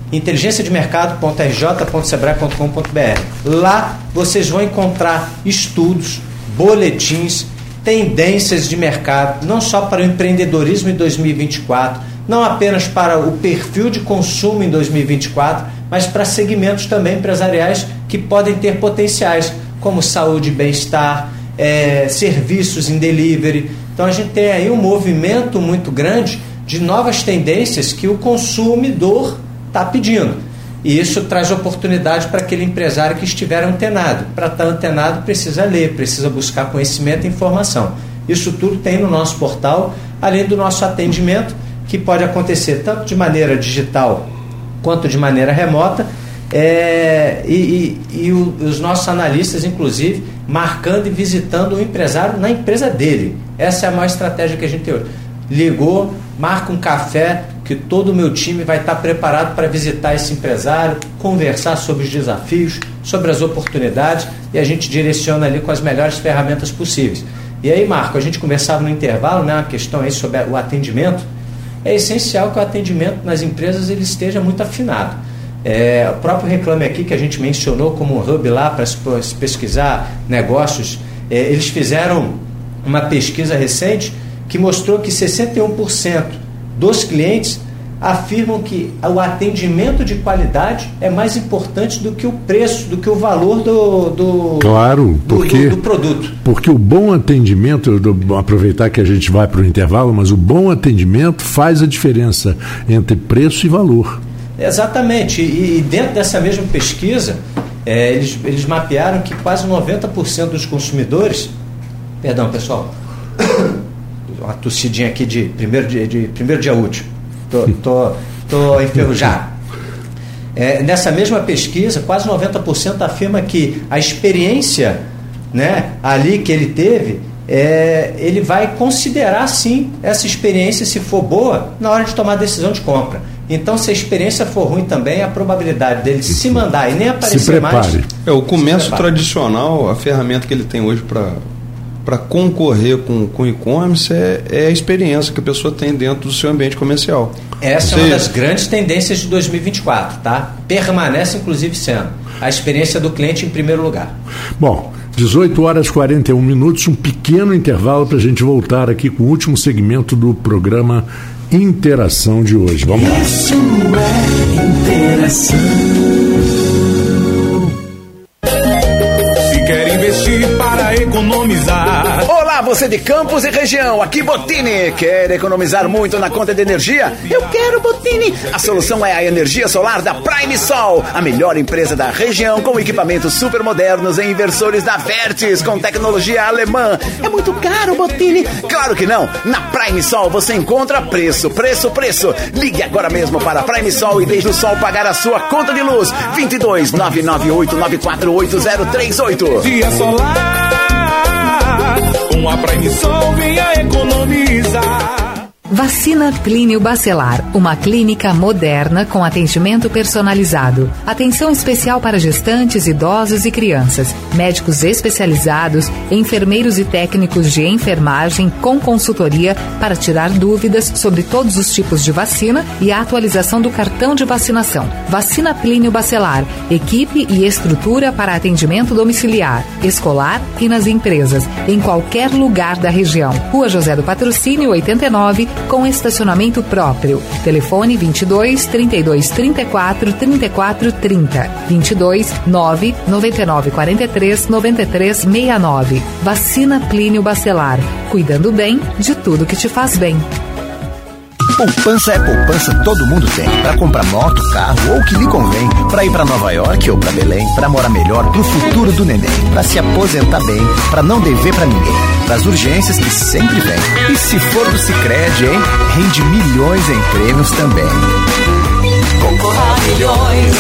inteligenciademercado.rj.sebrae.com.br. Lá vocês vão encontrar estudos, boletins, tendências de mercado, não só para o empreendedorismo em 2024, não apenas para o perfil de consumo em 2024, mas para segmentos também empresariais que podem ter potenciais, como saúde e bem-estar, serviços em delivery. Então a gente tem aí um movimento muito grande de novas tendências que o consumidor está pedindo. E isso traz oportunidade para aquele empresário que estiver antenado. Para estar antenado precisa ler, precisa buscar conhecimento e informação. Isso tudo tem no nosso portal, além do nosso atendimento, que pode acontecer tanto de maneira digital quanto de maneira remota, os nossos analistas, inclusive, marcando e visitando o empresário na empresa dele. Essa é a maior estratégia que a gente tem hoje. Ligou, marca um café, que todo o meu time vai estar preparado para visitar esse empresário, conversar sobre os desafios, sobre as oportunidades, e a gente direciona ali com as melhores ferramentas possíveis. E aí, Marco, a gente conversava no intervalo, né, uma questão aí sobre o atendimento. É essencial que o atendimento nas empresas ele esteja muito afinado. O próprio Reclame Aqui, que a gente mencionou como um hub lá para se pesquisar negócios, eles fizeram uma pesquisa recente que mostrou que 61% dos clientes afirmam que o atendimento de qualidade é mais importante do que o preço, do que o valor do produto. Porque o bom atendimento, aproveitar que a gente vai para o intervalo, mas o bom atendimento faz a diferença entre preço e valor. Exatamente, e dentro dessa mesma pesquisa, eles mapearam que quase 90% dos consumidores, perdão pessoal, uma tossidinha aqui de primeiro dia útil, tô enferrujado. Nessa mesma pesquisa, quase 90% afirma que a experiência, né, ali que ele teve, ele vai considerar sim essa experiência, se for boa, na hora de tomar a decisão de compra. Então, se a experiência for ruim também, a probabilidade dele se mandar e nem aparecer mais... O comércio tradicional, a ferramenta que ele tem hoje para concorrer com o e-commerce é a experiência que a pessoa tem dentro do seu ambiente comercial. Essa é uma das grandes tendências de 2024, tá? Permanece, inclusive, sendo a experiência do cliente em primeiro lugar. Bom, 18h41, um pequeno intervalo para a gente voltar aqui com o último segmento do programa Interação de hoje. Vamos lá. Isso é interação. Se quer investir para economizar. Olá, você de Campos e região, aqui Botini. Quer economizar muito na conta de energia? Eu quero Botini. A solução é a energia solar da Prime Sol, a melhor empresa da região com equipamentos super modernos e inversores da Vertis com tecnologia alemã. É muito caro, Botini? Claro que não. Na Prime Sol você encontra preço. Ligue agora mesmo para a Prime Sol e deixe o Sol pagar a sua conta de luz. 22 998 9488038. Dia solar, com a Prime Sol venha economizar. Vacina Clínio Bacelar, uma clínica moderna com atendimento personalizado. Atenção especial para gestantes, idosos e crianças. Médicos especializados, enfermeiros e técnicos de enfermagem com consultoria para tirar dúvidas sobre todos os tipos de vacina e a atualização do cartão de vacinação. Vacina Clínio Bacelar, equipe e estrutura para atendimento domiciliar, escolar e nas empresas, em qualquer lugar da região. Rua José do Patrocínio, 89, com estacionamento próprio. Telefone 22 32 34 34 30. 22 9 99 43 93 69. Vacina Plínio Bacelar. Cuidando bem de tudo que te faz bem. Poupança é poupança, todo mundo tem. Para comprar moto, carro ou o que lhe convém. Para ir para Nova York ou para Belém. Para morar melhor, pro futuro do neném. Para se aposentar bem, para não dever para ninguém. Para as urgências que sempre vem. E se for do Sicredi, hein? Rende milhões em prêmios também. Concorra a milhões,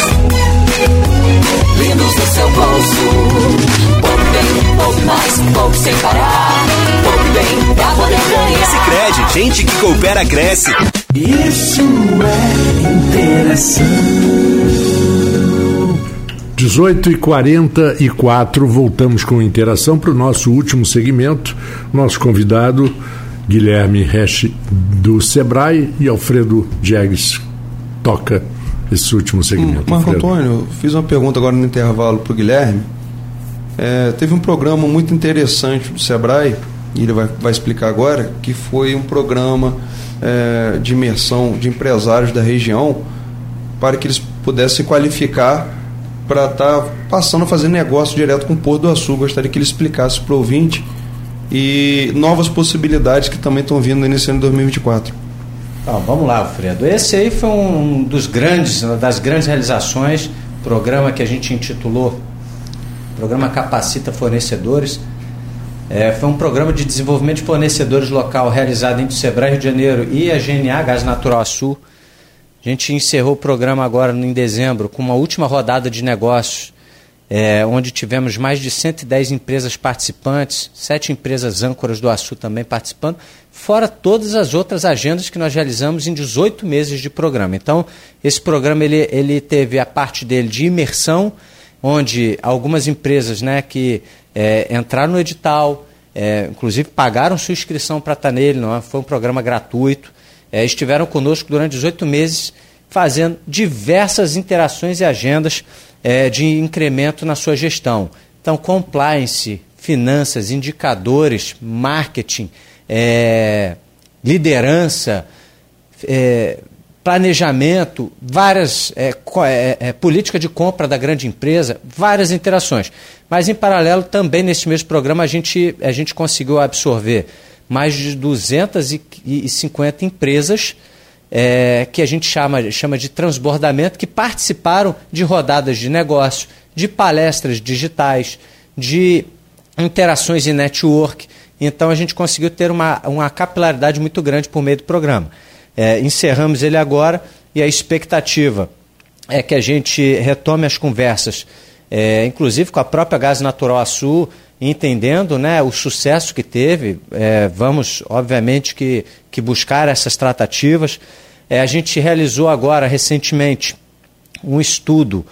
lindos no seu bolso. Poupe bem, poupe mais, poupe sem parar. Poupe bem, pra poder ganhar. Sicredi, gente que coopera, cresce. Isso é interação. 18h44, voltamos com interação para o nosso último segmento. Nosso convidado, Guilherme Resch, do Sebrae, e Alfredo Diegues toca esse último segmento. Marco Antônio, fiz uma pergunta agora no intervalo para o Guilherme. Teve um programa muito interessante do Sebrae, e ele vai explicar agora, que foi um programa de imersão de empresários da região para que eles pudessem se qualificar para estar passando a fazer negócio direto com o Porto do Açu. Gostaria que ele explicasse para o ouvinte e novas possibilidades que também estão vindo nesse ano de 2024. Então, vamos lá, Alfredo. Esse aí foi uma das grandes realizações, programa que a gente intitulou Programa Capacita Fornecedores. Foi um programa de desenvolvimento de fornecedores local realizado entre o Sebrae Rio de Janeiro e a GNA, Gás Natural Açu. A gente encerrou o programa agora em dezembro com uma última rodada de negócios, onde tivemos mais de 110 empresas participantes, 7 empresas âncoras do Açu também participando, fora todas as outras agendas que nós realizamos em 18 meses de programa. Então, esse programa ele teve a parte dele de imersão, onde algumas empresas, né, que entraram no edital, inclusive pagaram sua inscrição para estar nele, não foi um programa gratuito, estiveram conosco durante 18 meses fazendo diversas interações e agendas de incremento na sua gestão. Então, compliance, finanças, indicadores, marketing, liderança, planejamento, várias política de compra da grande empresa, várias interações. Mas, em paralelo, também nesse mesmo programa, a gente conseguiu absorver mais de 250 empresas que a gente chama de transbordamento, que participaram de rodadas de negócio, de palestras digitais, de interações em network. Então, a gente conseguiu ter uma capilaridade muito grande por meio do programa. Encerramos ele agora e a expectativa é que a gente retome as conversas, inclusive com a própria Gás Natural Açu, entendendo, né, o sucesso que teve. Vamos, obviamente, que buscar essas tratativas. A gente realizou agora, recentemente, um estudo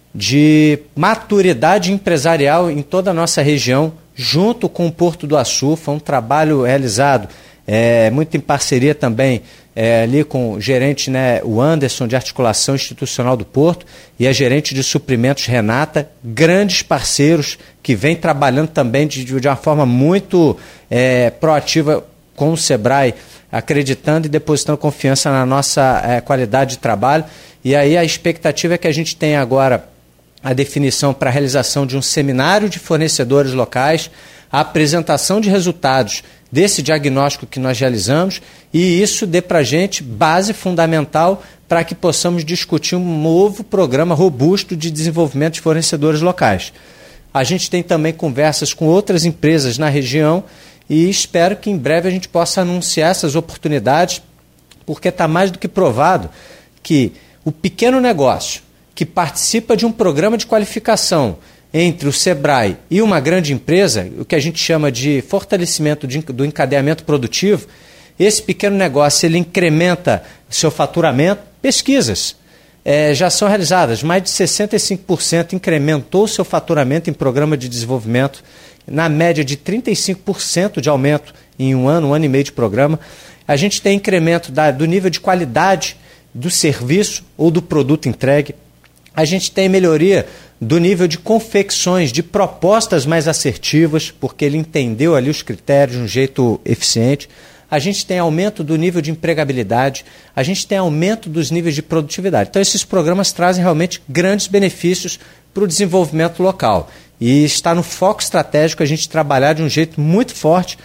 de maturidade empresarial em toda a nossa região, junto com o Porto do Açu. Foi um trabalho realizado muito em parceria também ali com o gerente, né, o Anderson, de articulação institucional do Porto, e a gerente de suprimentos, Renata, grandes parceiros que vêm trabalhando também de uma forma muito proativa com o Sebrae, acreditando e depositando confiança na nossa qualidade de trabalho. E aí a expectativa é que a gente tenha agora a definição para a realização de um seminário de fornecedores locais, a apresentação de resultados desse diagnóstico que nós realizamos, e isso dê para a gente base fundamental para que possamos discutir um novo programa robusto de desenvolvimento de fornecedores locais. A gente tem também conversas com outras empresas na região e espero que em breve a gente possa anunciar essas oportunidades, porque está mais do que provado que o pequeno negócio que participa de um programa de qualificação entre o Sebrae e uma grande empresa, o que a gente chama de fortalecimento do encadeamento produtivo, esse pequeno negócio ele incrementa seu faturamento. Pesquisas já são realizadas, mais de 65% incrementou seu faturamento em programa de desenvolvimento, na média de 35% de aumento em um ano e meio de programa. A gente tem incremento do nível de qualidade do serviço ou do produto entregue. A gente tem melhoria do nível de confecções, de propostas mais assertivas, porque ele entendeu ali os critérios de um jeito eficiente. A gente tem aumento do nível de empregabilidade, a gente tem aumento dos níveis de produtividade. Então, esses programas trazem realmente grandes benefícios para o desenvolvimento local. E está no foco estratégico a gente trabalhar de um jeito muito forte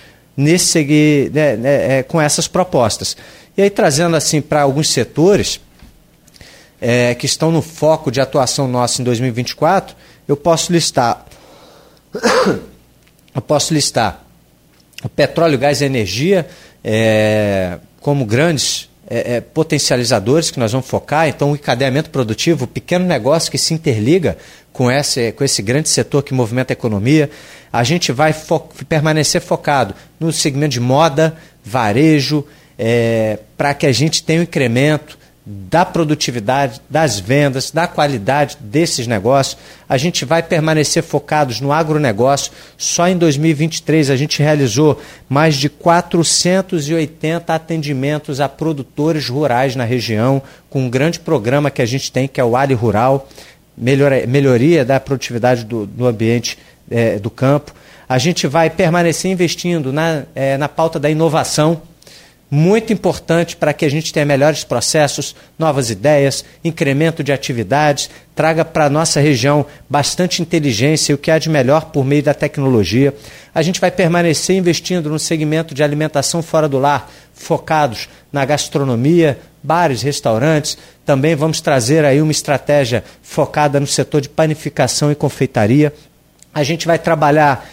com essas propostas. E aí, trazendo assim para alguns setores que estão no foco de atuação nossa em 2024, eu posso listar o petróleo, gás e energia como grandes potencializadores que nós vamos focar. Então, o encadeamento produtivo, o pequeno negócio que se interliga com esse grande setor que movimenta a economia. A gente vai permanecer focado no segmento de moda, varejo, para que a gente tenha um incremento da produtividade, das vendas, da qualidade desses negócios. A gente vai permanecer focados no agronegócio. Só em 2023 a gente realizou mais de 480 atendimentos a produtores rurais na região, com um grande programa que a gente tem, que é o Ali Rural, melhoria da produtividade do ambiente do campo. A gente vai permanecer investindo na pauta da inovação, muito importante para que a gente tenha melhores processos, novas ideias, incremento de atividades, traga para a nossa região bastante inteligência e o que há de melhor por meio da tecnologia. A gente vai permanecer investindo no segmento de alimentação fora do lar, focados na gastronomia, bares, restaurantes. Também vamos trazer aí uma estratégia focada no setor de panificação e confeitaria. A gente vai trabalhar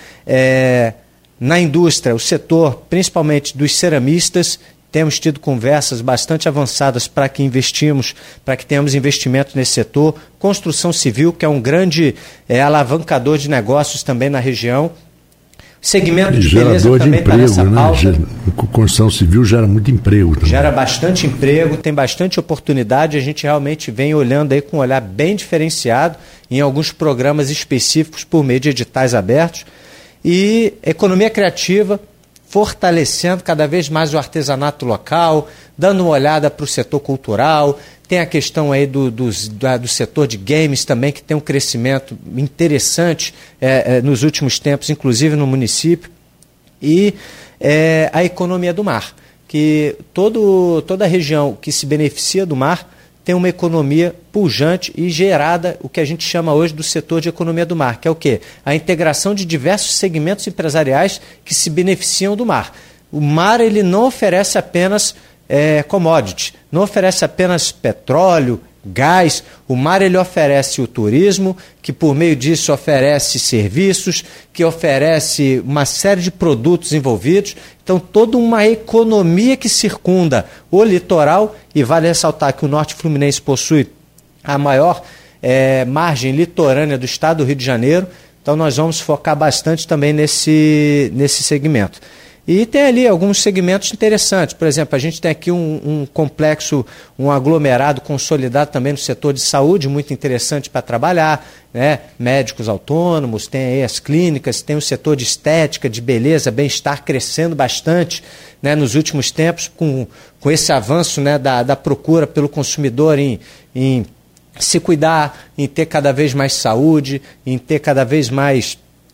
na indústria, o setor principalmente dos ceramistas. Temos tido conversas bastante avançadas para que tenhamos investimento nesse setor. Construção civil, que é um grande alavancador de negócios também na região. Segmento de beleza também está nessa pauta. Construção civil gera muito emprego também. Gera bastante emprego, tem bastante oportunidade. A gente realmente vem olhando aí com um olhar bem diferenciado em alguns programas específicos por meio de editais abertos. E economia criativa, fortalecendo cada vez mais o artesanato local, dando uma olhada para o setor cultural. Tem a questão aí do setor de games também, que tem um crescimento interessante nos últimos tempos, inclusive no município. E a economia do mar, que toda a região que se beneficia do mar tem uma economia pujante e gerada, o que a gente chama hoje do setor de economia do mar, que é o quê? A integração de diversos segmentos empresariais que se beneficiam do mar. O mar ele não oferece apenas commodity, não oferece apenas petróleo, gás. O mar ele oferece o turismo, que por meio disso oferece serviços, que oferece uma série de produtos envolvidos. Então, toda uma economia que circunda o litoral, e vale ressaltar que o Norte Fluminense possui a maior margem litorânea do estado do Rio de Janeiro. Então, nós vamos focar bastante também nesse segmento. E tem ali alguns segmentos interessantes. Por exemplo, a gente tem aqui um complexo, um aglomerado consolidado também no setor de saúde, muito interessante para trabalhar, né? Médicos autônomos, tem aí as clínicas, tem o setor de estética, de beleza, bem-estar crescendo bastante, né, nos últimos tempos, com esse avanço, né, da procura pelo consumidor em se cuidar, em ter cada vez mais saúde, em ter cada vez mais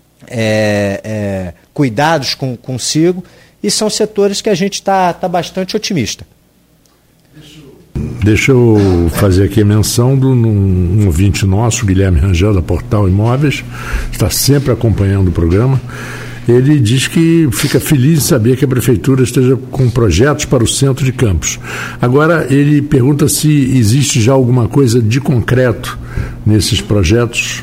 cuidados consigo, e são setores que a gente está bastante otimista. Deixa eu fazer aqui a menção de um ouvinte nosso, Guilherme Rangel, da Portal Imóveis, está sempre acompanhando o programa. Ele diz que fica feliz de saber que a Prefeitura esteja com projetos para o centro de Campos. Agora, ele pergunta se existe já alguma coisa de concreto nesses projetos.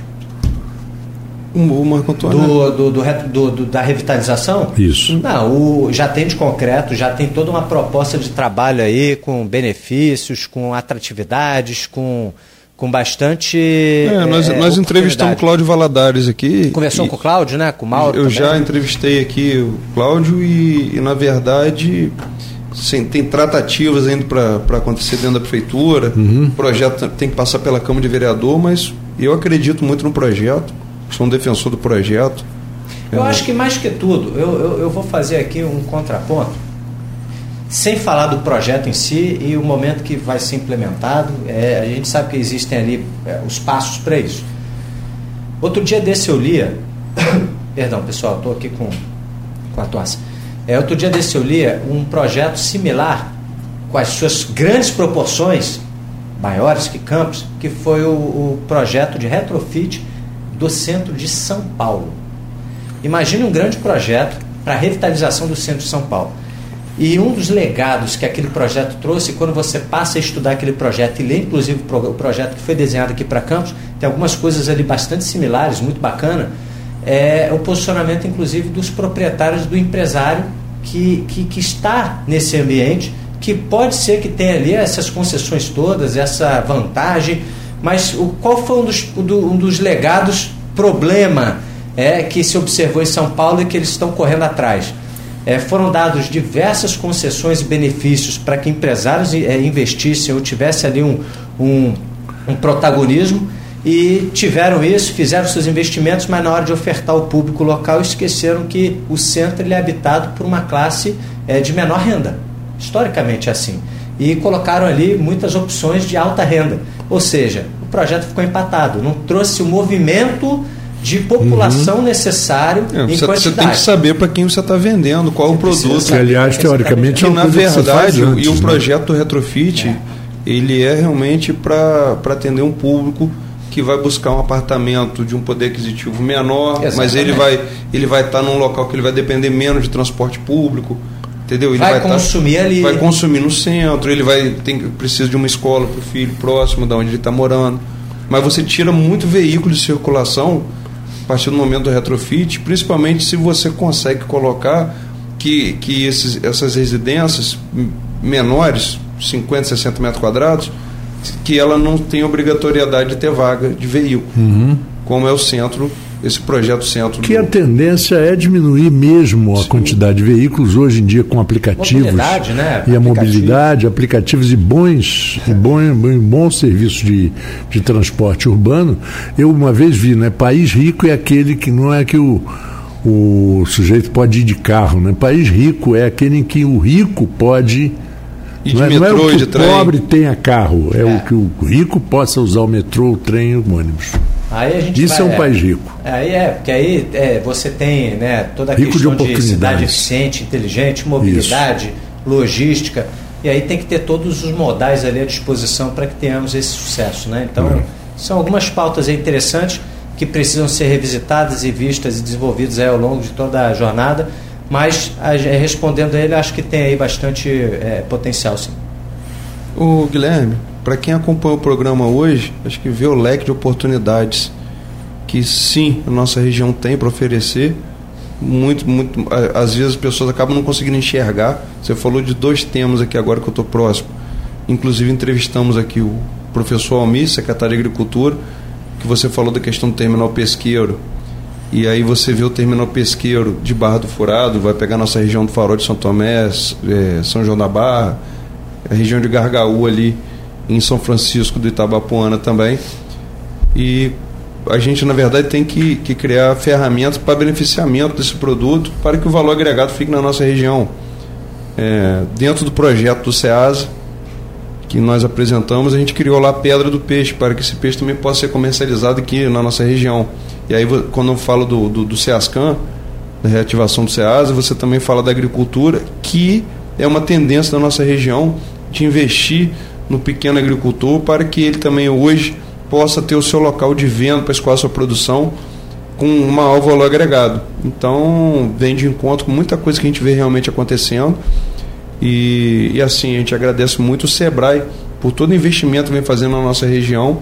O Marco Antônio. Da revitalização? Isso. Não, já tem de concreto, já tem toda uma proposta de trabalho aí, com benefícios, com atratividades, com bastante. Nós entrevistamos o Cláudio Valadares aqui. Conversou com o Cláudio, né? Com o Mauro. Eu também já entrevistei aqui o Cláudio e na verdade, sim, tem tratativas ainda para acontecer dentro da Prefeitura. O projeto tem que passar pela Câmara de Vereador, mas eu acredito muito no projeto. Sou um defensor do projeto. Eu acho que mais que tudo, eu vou fazer aqui um contraponto, sem falar do projeto em si e o momento que vai ser implementado. A gente sabe que existem ali os passos para isso. Outro dia desse eu lia, perdão pessoal, estou aqui com a tosse. Outro dia desse eu lia um projeto similar, com as suas grandes proporções, maiores que Campos, que foi o projeto de retrofit do centro de São Paulo. Imagine um grande projeto para a revitalização do centro de São Paulo. E um dos legados que aquele projeto trouxe, quando você passa a estudar aquele projeto e lê inclusive o projeto que foi desenhado aqui para Campos, tem algumas coisas ali bastante similares, muito bacana, o posicionamento inclusive dos proprietários, do empresário que está nesse ambiente, que pode ser que tenha ali essas concessões todas, essa vantagem. Mas qual foi um dos legados, problema que se observou em São Paulo e que eles estão correndo atrás? Foram dados diversas concessões e benefícios para que empresários investissem ou tivessem ali um protagonismo, e tiveram isso, fizeram seus investimentos, mas na hora de ofertar ao público local esqueceram que o centro ele é habitado por uma classe de menor renda, historicamente assim, e colocaram ali muitas opções de alta renda, ou seja, o projeto ficou empatado, não trouxe o movimento de população necessário em quantidade. Você tem que saber para quem você está vendendo, qual o produto. Que, aliás, teoricamente, na verdade, e o projeto do Retrofit, ele é realmente para atender um público que vai buscar um apartamento de um poder aquisitivo menor, mas ele vai estar num local que ele vai depender menos de transporte público, entendeu? Ele vai consumir ali. Vai consumir no centro, ele precisa de uma escola para o filho próximo da onde ele está morando. Mas você tira muito veículo de circulação a partir do momento do retrofit, principalmente se você consegue colocar que essas residências menores, 50, 60 metros quadrados, que ela não tem obrigatoriedade de ter vaga de veículo, como é o centro, esse projeto centro. Que a tendência é diminuir mesmo a quantidade de veículos hoje em dia com aplicativos, né? E a mobilidade, aplicativos e bons serviços de transporte urbano. Eu uma vez vi, né? País rico é aquele que não é que o sujeito pode ir de carro, né? País rico é aquele em que o rico pode... Não é o que o pobre tenha carro, o que o rico possa usar o metrô, o trem e o ônibus. Isso é um país rico. Porque aí você tem, né, toda a questão de cidade eficiente, inteligente, mobilidade, logística, e aí tem que ter todos os modais ali à disposição para que tenhamos esse sucesso, né? Então, são algumas pautas interessantes que precisam ser revisitadas e vistas e desenvolvidas ao longo de toda a jornada. Mas, respondendo a ele, acho que tem aí bastante potencial, sim. O Guilherme, para quem acompanha o programa hoje, acho que vê o leque de oportunidades que sim, a nossa região tem para oferecer. Às vezes as pessoas acabam não conseguindo enxergar. Você falou de 2 temas aqui agora que eu estou próximo. Inclusive entrevistamos aqui o professor Almir, secretário de Agricultura, que você falou da questão do terminal pesqueiro. E aí você vê o terminal pesqueiro de Barra do Furado, vai pegar nossa região do Farol de São Tomé, São João da Barra, a região de Gargaú ali em São Francisco do Itabapoana também. E a gente, na verdade, tem que criar ferramentas para beneficiamento desse produto, para que o valor agregado fique na nossa região. Dentro do projeto do SEASA, que nós apresentamos, a gente criou lá a Pedra do Peixe, para que esse peixe também possa ser comercializado aqui na nossa região. E aí, quando eu falo do SEASCAM, da reativação do SEASA, você também fala da agricultura, que é uma tendência da nossa região de investir no pequeno agricultor, para que ele também hoje possa ter o seu local de venda para escoar a sua produção com um maior valor agregado. Então, vem de encontro com muita coisa que a gente vê realmente acontecendo. E assim, a gente agradece muito o SEBRAE por todo o investimento que vem fazendo na nossa região.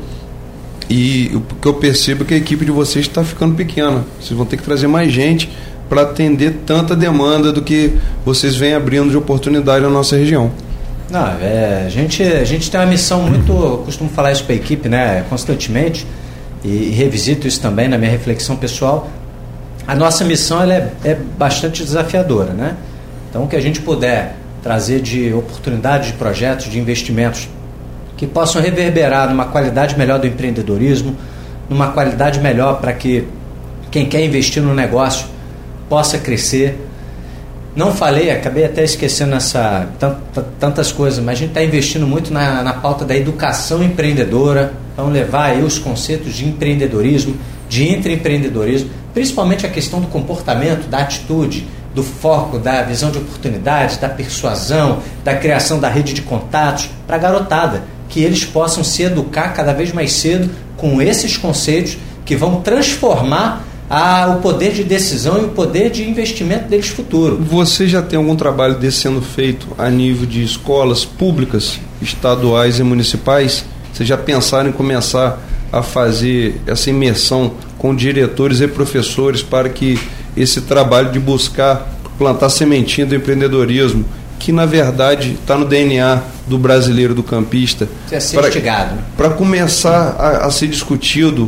E o que eu percebo é que a equipe de vocês está ficando pequena. Vocês vão ter que trazer mais gente para atender tanta demanda do que vocês vêm abrindo de oportunidade na nossa região. Não, a gente tem uma missão muito, eu costumo falar isso para a equipe, né, constantemente, e revisito isso também na minha reflexão pessoal. A nossa missão ela é bastante desafiadora, né? Então, o que a gente puder trazer de oportunidades, de projetos, de investimentos que possam reverberar numa qualidade melhor do empreendedorismo, numa qualidade melhor para que quem quer investir no negócio possa crescer. Não falei, acabei até esquecendo tantas coisas, mas a gente está investindo muito na pauta da educação empreendedora, então levar aí os conceitos de empreendedorismo, de intraempreendedorismo, principalmente a questão do comportamento, da atitude, do foco, da visão de oportunidades, da persuasão, da criação da rede de contatos para a garotada, que eles possam se educar cada vez mais cedo com esses conceitos que vão transformar o poder de decisão e o poder de investimento deles futuro. Você já tem algum trabalho desse sendo feito a nível de escolas públicas, estaduais e municipais? Vocês já pensaram em começar a fazer essa imersão com diretores e professores para que esse trabalho de buscar plantar sementinha do empreendedorismo, que na verdade está no DNA do brasileiro, do campista, para começar a ser discutido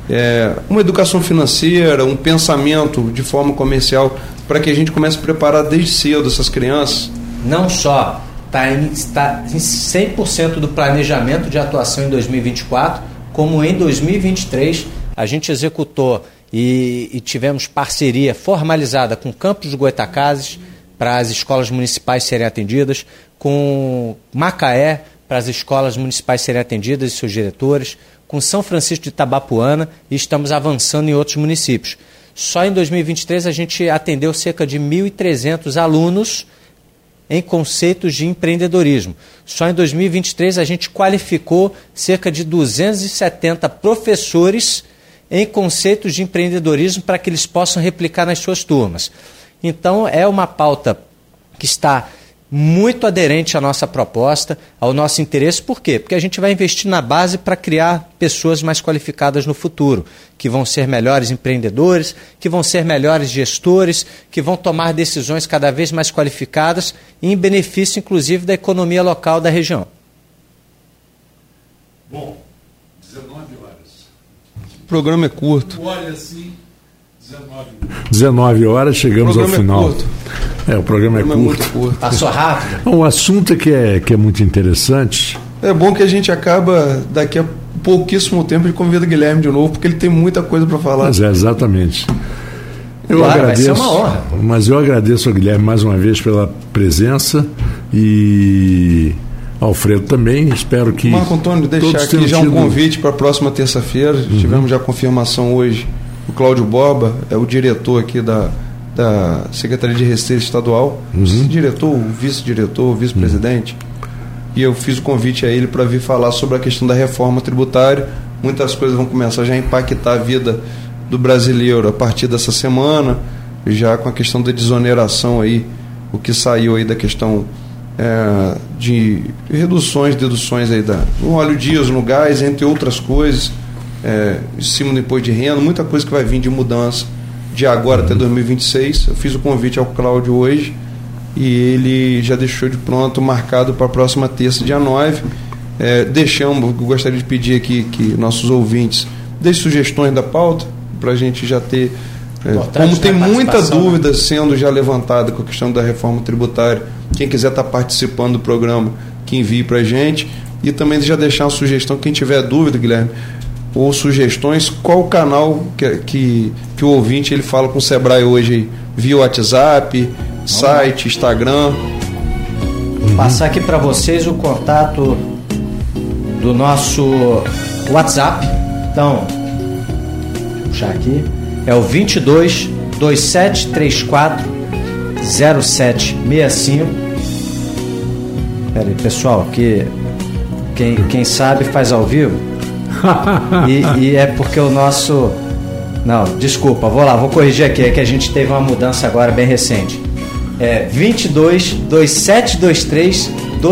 uma educação financeira, um pensamento de forma comercial, para que a gente comece a preparar desde cedo essas crianças? Não só está em 100% do planejamento de atuação em 2024, como em 2023 a gente executou e tivemos parceria formalizada com o Campos de Goitacazes para as escolas municipais serem atendidas, com Macaé para as escolas municipais serem atendidas e seus diretores, com São Francisco de Itabapuana, e estamos avançando em outros municípios. Só em 2023 a gente atendeu cerca de 1.300 alunos em conceitos de empreendedorismo. Só em 2023 a gente qualificou cerca de 270 professores em conceitos de empreendedorismo para que eles possam replicar nas suas turmas. Então é uma pauta que está muito aderente à nossa proposta, ao nosso interesse. Por quê? Porque a gente vai investir na base para criar pessoas mais qualificadas no futuro, que vão ser melhores empreendedores, que vão ser melhores gestores, que vão tomar decisões cada vez mais qualificadas em benefício, inclusive, da economia local da região. Bom, 19 horas. O programa é curto. Olha assim, 19 horas, chegamos ao final. O programa é curto. Muito curto. Passou rápido. Bom, o assunto que é muito interessante. É bom que a gente acaba daqui a pouquíssimo tempo de convida o Guilherme de novo, porque ele tem muita coisa para falar. Mas exatamente. Eu agradeço, vai ser uma honra. Mas eu agradeço ao Guilherme mais uma vez pela presença e Alfredo também. Espero que Marco Antônio, deixar aqui já um convite para a próxima terça-feira. Tivemos já a confirmação hoje. O Cláudio Borba é o diretor aqui da Secretaria de Receita Estadual, diretor, o vice-diretor, o vice-presidente, e eu fiz o convite a ele para vir falar sobre a questão da reforma tributária. Muitas coisas vão começar já a impactar a vida do brasileiro a partir dessa semana, já com a questão da desoneração aí, o que saiu aí da questão de reduções, deduções aí no óleo diesel, no gás, entre outras coisas, em cima do imposto de renda, muita coisa que vai vir de mudança de agora até 2026. Eu fiz o convite ao Cláudio hoje e ele já deixou de pronto, marcado para a próxima terça, dia 9. Eu gostaria de pedir aqui que nossos ouvintes deixem sugestões da pauta, para a gente já ter, como tem muita dúvida sendo já levantada com a questão da reforma tributária, quem quiser estar participando do programa, que envie para a gente, e também já deixar uma sugestão, quem tiver dúvida, Guilherme, ou sugestões, qual o canal que o ouvinte ele fala com o Sebrae hoje, via WhatsApp, site, Instagram. Vou passar aqui para vocês o contato do nosso WhatsApp. Então, vou puxar aqui, é o 22 2734 0765. Espera aí, pessoal, que quem sabe faz ao vivo. E é porque o nosso... Não, desculpa, vou corrigir aqui, é que a gente teve uma mudança agora bem recente. 22 2723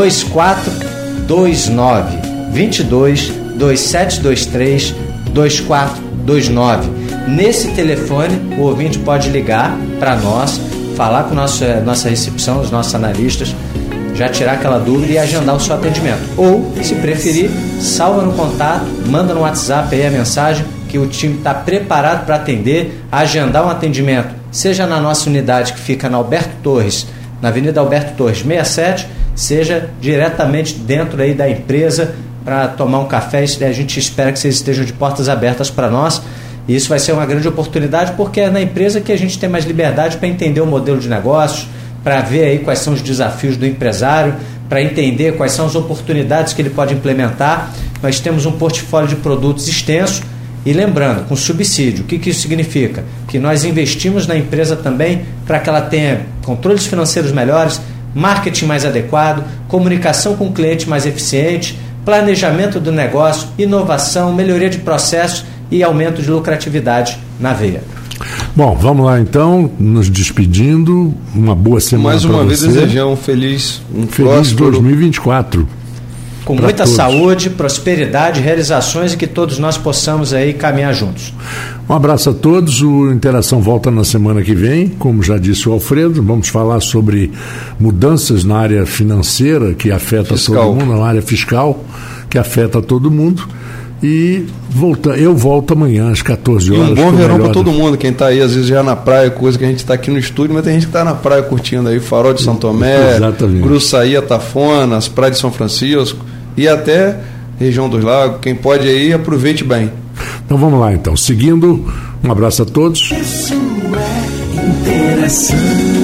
2429. 22 2723 2429. Nesse telefone o ouvinte pode ligar para nós, falar com nossa recepção, os nossos analistas, já tirar aquela dúvida e agendar o seu atendimento. Ou, se preferir, salva no contato, manda no WhatsApp aí a mensagem que o time está preparado para atender, agendar um atendimento, seja na nossa unidade que fica na Alberto Torres, na Avenida Alberto Torres 67, seja diretamente dentro aí da empresa para tomar um café. A gente espera que vocês estejam de portas abertas para nós. E isso vai ser uma grande oportunidade, porque é na empresa que a gente tem mais liberdade para entender o modelo de negócios, para ver aí quais são os desafios do empresário, para entender quais são as oportunidades que ele pode implementar. Nós temos um portfólio de produtos extenso e, lembrando, com subsídio. O que isso significa? Que nós investimos na empresa também para que ela tenha controles financeiros melhores, marketing mais adequado, comunicação com o cliente mais eficiente, planejamento do negócio, inovação, melhoria de processos e aumento de lucratividade na veia. Bom, vamos lá então, nos despedindo, uma boa semana. Mais uma vez desejar um feliz 2024. Com muita saúde, prosperidade, realizações e que todos nós possamos aí caminhar juntos. Um abraço a todos, o Interação volta na semana que vem, como já disse o Alfredo, vamos falar sobre mudanças na área financeira que afeta todo mundo, na área fiscal que afeta todo mundo. E eu volto amanhã às 14 horas. E um bom verão para todo mundo, quem está aí às vezes já na praia, coisa que a gente está aqui no estúdio, mas tem gente que está na praia curtindo aí, Farol de São Tomé, Gruçaí, Atafona, as praias de São Francisco e até região dos Lagos. Quem pode aí, aproveite bem. Então vamos lá então, seguindo, um abraço a todos. Isso é interação.